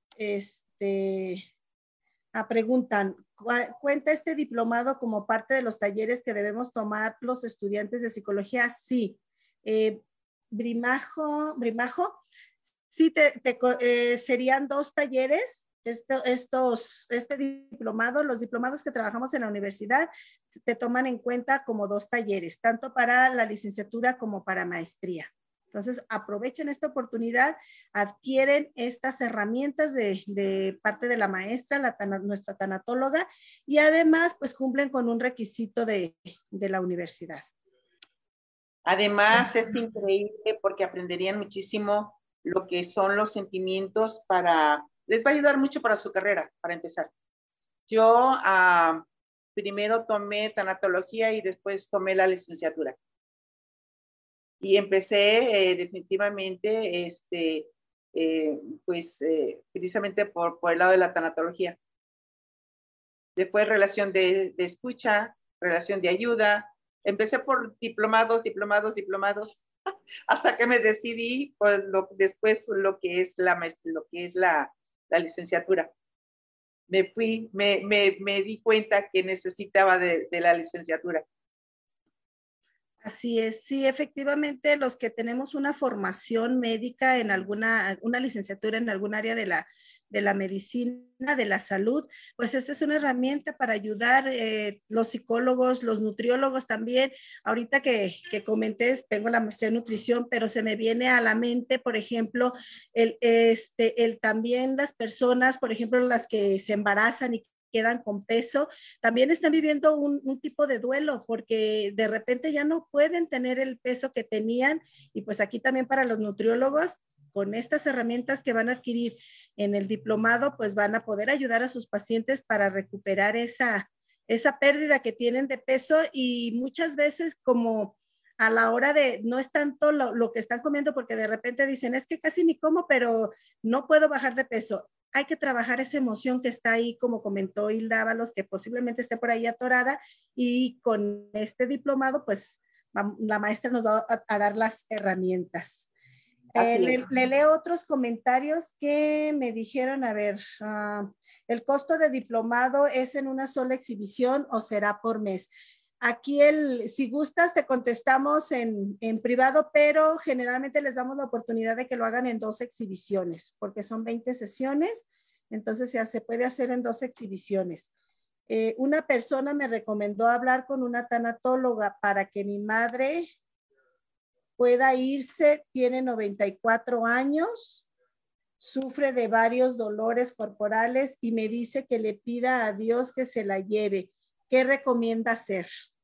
Este, a preguntan, ¿cuenta este diplomado como parte de los talleres que debemos tomar los estudiantes de psicología? Sí. Eh, Brimajo, Brimajo, sí, te, te, eh, serían dos talleres, esto, estos, este diplomado, los diplomados que trabajamos en la universidad, te toman en cuenta como dos talleres, tanto para la licenciatura como para maestría. Entonces, aprovechen esta oportunidad, adquieren estas herramientas de, de parte de la maestra, la, nuestra tanatóloga, y además, pues cumplen con un requisito de, de la universidad. Además, es increíble porque aprenderían muchísimo lo que son los sentimientos para, les va a ayudar mucho para su carrera, para empezar. Yo uh, primero tomé tanatología y después tomé la licenciatura. Y empecé eh, definitivamente, este, eh, pues, eh, precisamente por, por el lado de la tanatología. Después relación de, de escucha, relación de ayuda. Empecé por diplomados, diplomados, diplomados, hasta que me decidí por lo, después lo que es la, lo que es la, la licenciatura. Me fui, me, me, me di cuenta que necesitaba de, de la licenciatura. Así es, sí, efectivamente, los que tenemos una formación médica en alguna, una licenciatura en algún área de la, de la medicina, de la salud, pues esta es una herramienta para ayudar eh, los psicólogos, los nutriólogos también. Ahorita que, que comenté, tengo la maestría en nutrición, pero se me viene a la mente, por ejemplo, el, este, el también las personas, por ejemplo, las que se embarazan y quedan con peso, también están viviendo un, un tipo de duelo porque de repente ya no pueden tener el peso que tenían y pues aquí también para los nutriólogos, con estas herramientas que van a adquirir en el diplomado, pues van a poder ayudar a sus pacientes para recuperar esa, esa pérdida que tienen de peso y muchas veces como a la hora de, no es tanto lo, lo que están comiendo porque de repente dicen, es que casi ni como, pero no puedo bajar de peso. Hay que trabajar esa emoción que está ahí, como comentó Hilda Ábalos, que posiblemente esté por ahí atorada, y con este diplomado, pues la maestra nos va a, a dar las herramientas. Eh, le, le leo otros comentarios que me dijeron, a ver, uh, ¿el costo de diplomado es en una sola exhibición o será por mes? Aquí, el, si gustas, te contestamos en, en privado, pero generalmente les damos la oportunidad de que lo hagan en dos exhibiciones, porque son veinte sesiones, entonces ya se puede hacer en dos exhibiciones. Eh, una persona me recomendó hablar con una tanatóloga para que mi madre pueda irse, tiene noventa y cuatro años, sufre de varios dolores corporales y me dice que le pida a Dios que se la lleve. ¿Qué recomienda hacer?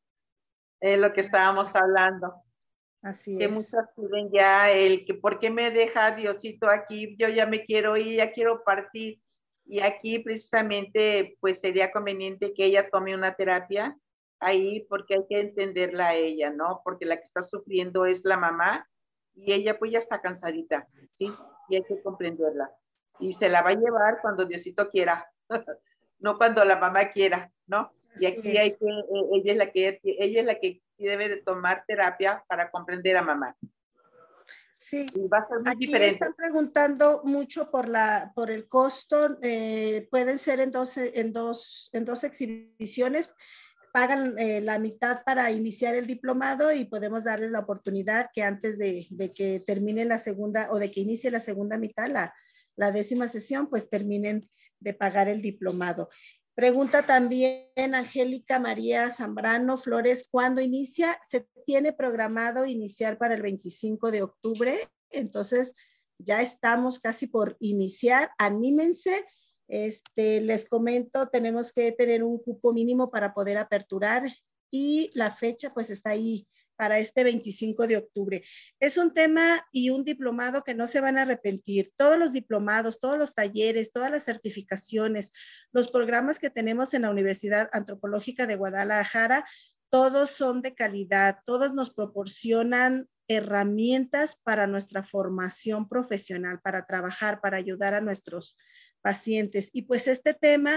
Es lo que estábamos hablando. Así que es. muchos piden ya el que ¿por qué me deja Diosito aquí? Yo ya me quiero ir, ya quiero partir. Y aquí precisamente pues sería conveniente que ella tome una terapia ahí porque hay que entenderla a ella, ¿no? Porque la que está sufriendo es la mamá y ella pues ya está cansadita, ¿sí? Y hay que comprenderla. Y se la va a llevar cuando Diosito quiera, no cuando la mamá quiera, ¿no? Y aquí hay que, eh, ella es la que ella es la que debe de tomar terapia para comprender a mamá. Sí, y va a ser muy aquí diferente. están preguntando mucho por, la, por el costo, eh, pueden ser en dos, en, dos, en dos exhibiciones, pagan eh, la mitad para iniciar el diplomado y podemos darles la oportunidad que antes de, de que termine la segunda o de que inicie la segunda mitad, la, la décima sesión, pues terminen de pagar el diplomado. Pregunta también Angélica María Zambrano Flores, ¿cuándo inicia? Se tiene programado iniciar para el veinticinco de octubre, entonces ya estamos casi por iniciar, anímense. Este, les comento, tenemos que tener un cupo mínimo para poder aperturar y la fecha pues está ahí para este veinticinco de octubre. Es un tema y un diplomado que no se van a arrepentir. Todos los diplomados, todos los talleres, todas las certificaciones, los programas que tenemos en la Universidad Antropológica de Guadalajara, todos son de calidad, todos nos proporcionan herramientas para nuestra formación profesional, para trabajar, para ayudar a nuestros pacientes. Y pues este tema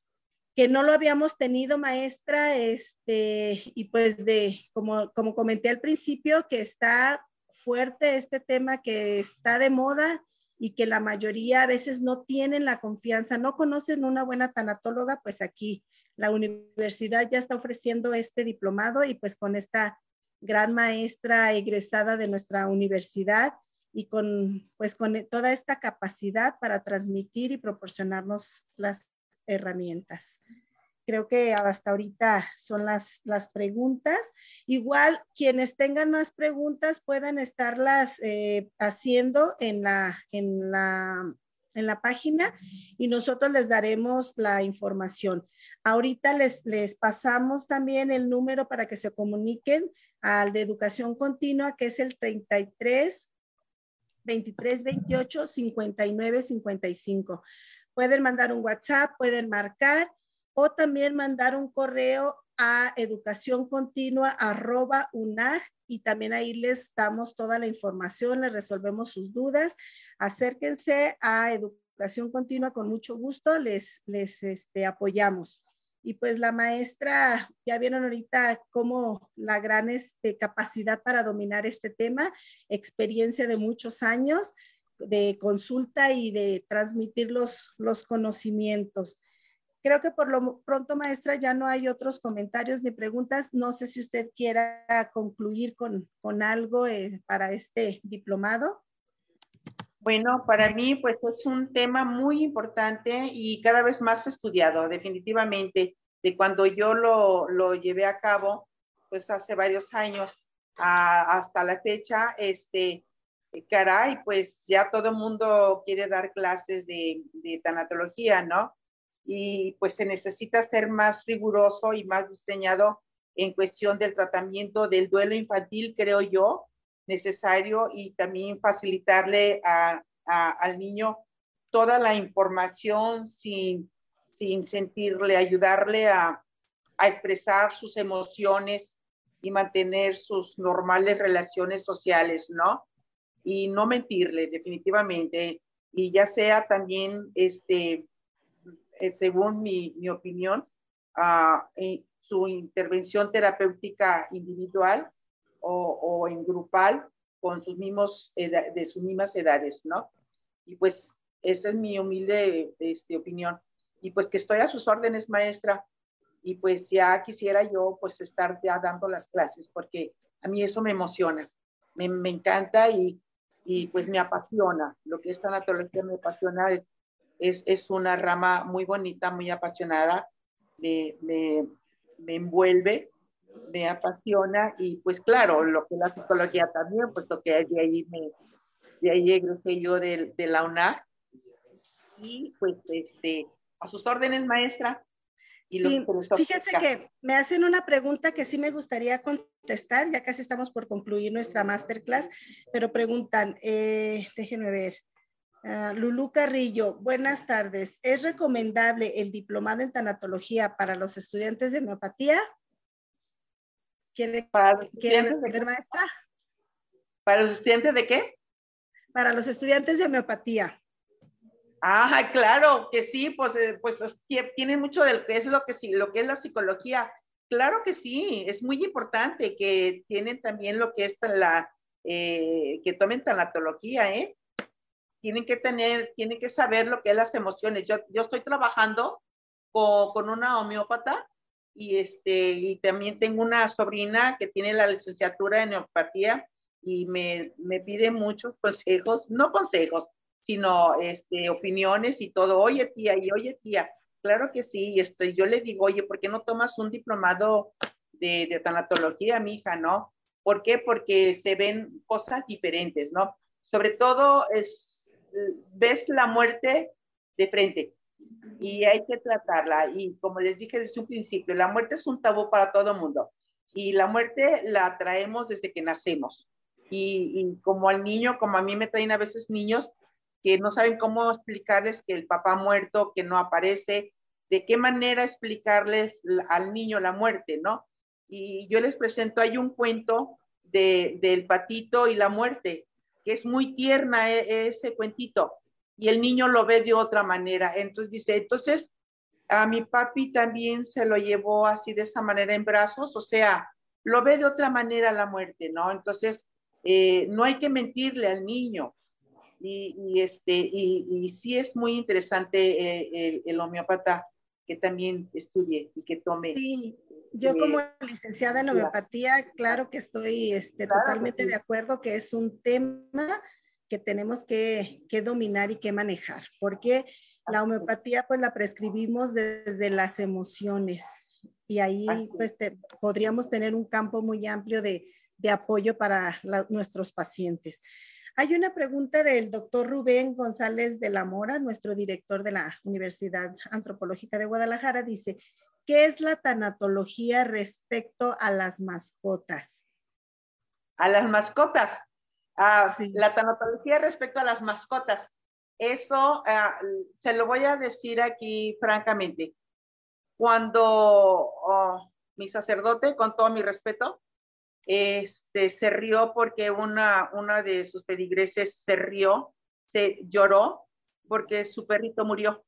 que no lo habíamos tenido, maestra, este, y pues de, como, como comenté al principio, que está fuerte este tema, que está de moda y que la mayoría a veces no tienen la confianza, no conocen una buena tanatóloga, pues aquí la universidad ya está ofreciendo este diplomado y pues con esta gran maestra egresada de nuestra universidad y con, pues, con toda esta capacidad para transmitir y proporcionarnos las herramientas. Creo que hasta ahorita son las, las preguntas. Igual, quienes tengan más preguntas puedan estarlas eh, haciendo en la, en, la, en la página y nosotros les daremos la información. Ahorita les, les pasamos también el número para que se comuniquen al de educación continua, que es el treinta y tres, veintitrés, veintiocho, cincuenta y nueve, cincuenta y cinco. Pueden mandar un WhatsApp, pueden marcar o también mandar un correo a educacioncontinua arroba unag y también ahí les damos toda la información, les resolvemos sus dudas. Acérquense a Educación Continua con mucho gusto, les, les este, apoyamos. Y pues la maestra, ya vieron ahorita cómo la gran este, capacidad para dominar este tema, experiencia de muchos años de consulta y de transmitir los, los conocimientos. Creo que por lo pronto, maestra, ya no hay otros comentarios ni preguntas. No sé si usted quiera concluir con, con algo eh, para este diplomado. Bueno, para mí pues es un tema muy importante y cada vez más estudiado, definitivamente, de cuando yo lo, lo llevé a cabo, pues hace varios años a, hasta la fecha, este, caray, pues ya todo el mundo quiere dar clases de, de tanatología, ¿no? Y pues se necesita ser más riguroso y más diseñado en cuestión del tratamiento del duelo infantil, creo yo, necesario y también facilitarle a, a, al niño toda la información sin, sin sentirle, ayudarle a, a expresar sus emociones y mantener sus normales relaciones sociales, ¿no? Y no mentirle definitivamente. Y ya sea también, este, según mi, mi opinión, uh, en su intervención terapéutica individual o, o en grupal con sus mismos de sus mismas edades, ¿no? Y pues esa es mi humilde este, opinión. Y pues que estoy a sus órdenes, maestra. Y pues ya quisiera yo pues estar ya dando las clases porque a mí eso me emociona, me, me encanta y, y pues me apasiona. Lo que es tanatología me apasiona, es, es, es una rama muy bonita, muy apasionada, me, me, me envuelve, me apasiona y pues claro, lo que es la psicología también, puesto que de ahí, me, de ahí egresé yo de, de la UNAG y pues este, a sus órdenes, maestra. Y sí, fíjense que me hacen una pregunta que sí me gustaría contestar, ya casi estamos por concluir nuestra masterclass, pero preguntan, eh, déjenme ver, uh, Lulú Carrillo, buenas tardes, ¿es recomendable el diplomado en tanatología para los estudiantes de homeopatía? ¿Quiere, ¿Para ¿quiere responder, maestra? ¿Para los estudiantes de qué? Para los estudiantes de homeopatía. Ah, claro que sí, pues, pues tiene mucho de lo que es lo que sí, lo que es la psicología. Claro que sí, es muy importante que tienen también lo que es la, eh, que tomen tanatología, ¿eh? Tienen que tener, tienen que saber lo que es las emociones. Yo, yo estoy trabajando con, con una homeópata y, este, y también tengo una sobrina que tiene la licenciatura en homeopatía y me, me pide muchos consejos, no consejos, sino este, opiniones y todo. Oye, tía, y oye, tía, claro que sí. Este, yo le digo, oye, ¿por qué no tomas un diplomado de, de tanatología, mija, no? ¿Por qué? Porque se ven cosas diferentes, ¿no? Sobre todo es, ves la muerte de frente y hay que tratarla. Y como les dije desde un principio, la muerte es un tabú para todo el mundo. Y la muerte la traemos desde que nacemos. Y, y como al niño, como a mí me traen a veces niños que no saben cómo explicarles que el papá muerto, que no aparece, de qué manera explicarles al niño la muerte, ¿no? Y yo les presento, hay un cuento de, del patito y la muerte, que es muy tierna ese cuentito, y el niño lo ve de otra manera. Entonces dice, entonces a mi papi también se lo llevó así de esta manera en brazos, o sea, lo ve de otra manera la muerte, ¿no? Entonces, eh, no hay que mentirle al niño. Y, y este, y, y sí es muy interesante eh, el, el homeópata que también estudie y que tome. Sí, yo como Eh, licenciada en homeopatía, claro que estoy este, claro que totalmente sí. de acuerdo que es un tema que tenemos que, que dominar y que manejar, porque la homeopatía pues la prescribimos desde las emociones y ahí pues te, podríamos tener un campo muy amplio de, de apoyo para la, nuestros pacientes. Hay una pregunta del doctor Rubén González de la Mora, nuestro director de la Universidad Antropológica de Guadalajara, dice, ¿qué es la tanatología respecto a las mascotas? A las mascotas. Uh, sí. La tanatología respecto a las mascotas. Eso uh, se lo voy a decir aquí francamente. Cuando oh, mi sacerdote, con todo mi respeto, este, se rió porque una, una de sus pedigreses se rió, se lloró porque su perrito murió.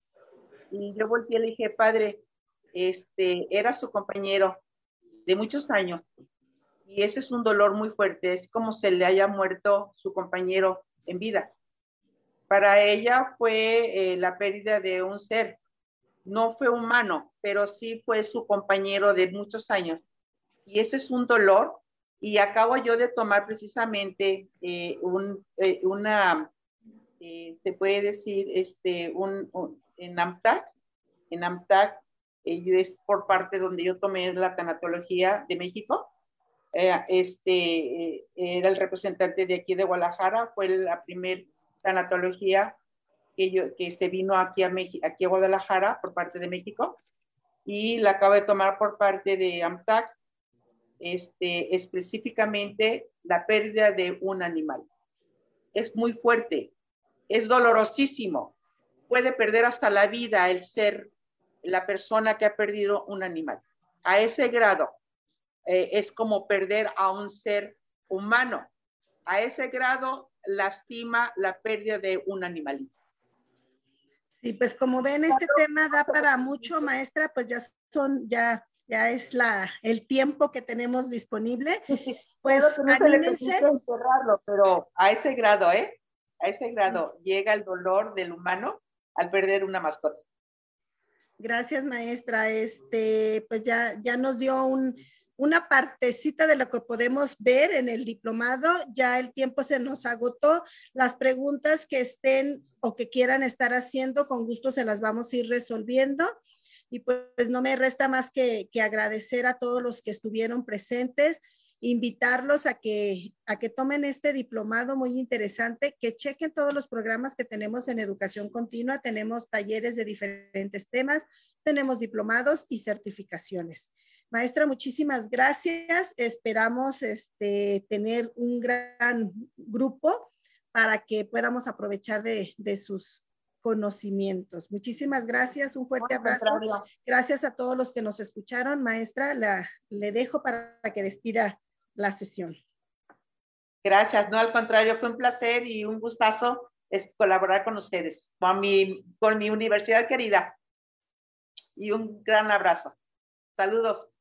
Y yo volteé y le dije, padre, este, era su compañero de muchos años. Y ese es un dolor muy fuerte, es como se le haya muerto su compañero en vida. Para ella fue eh, la pérdida de un ser, no fue humano, pero sí fue su compañero de muchos años. Y ese es un dolor. Y acabo yo de tomar precisamente eh, un, eh, una, eh, se puede decir, este, un, un, en AMTAC, en AMTAC, eh, es por parte donde yo tomé la tanatología de México. Eh, este, eh, era el representante de aquí de Guadalajara, fue la primera tanatología que, yo, que se vino aquí a, México, aquí a Guadalajara por parte de México, y la acabo de tomar por parte de AMTAC, este, específicamente la pérdida de un animal. Es muy fuerte, es dolorosísimo, puede perder hasta la vida el ser, la persona que ha perdido un animal. A ese grado, eh, es como perder a un ser humano. A ese grado lastima la pérdida de un animalito. Sí, pues como ven, este tema da para mucho, maestra, pues ya son, ya, ya es la, el tiempo que tenemos disponible. Pues claro que no anímense. Se le enterrarlo, pero a ese grado, ¿eh? A ese grado llega el dolor del humano al perder una mascota. Gracias, maestra. Este, pues ya, ya nos dio un, una partecita de lo que podemos ver en el diplomado. Ya el tiempo se nos agotó. Las preguntas que estén o que quieran estar haciendo, con gusto se las vamos a ir resolviendo. Y pues no me resta más que, que agradecer a todos los que estuvieron presentes, invitarlos a que, a que tomen este diplomado muy interesante, que chequen todos los programas que tenemos en educación continua. Tenemos talleres de diferentes temas, tenemos diplomados y certificaciones. Maestra, muchísimas gracias. Esperamos este, tener un gran grupo para que podamos aprovechar de, de sus conocimientos. Muchísimas gracias, un fuerte abrazo. Gracias a todos los que nos escucharon. Maestra, la, le dejo para que despida la sesión. Gracias, no, al contrario, fue un placer y un gustazo es, colaborar con ustedes, con mi, con mi universidad querida. Y un gran abrazo. Saludos.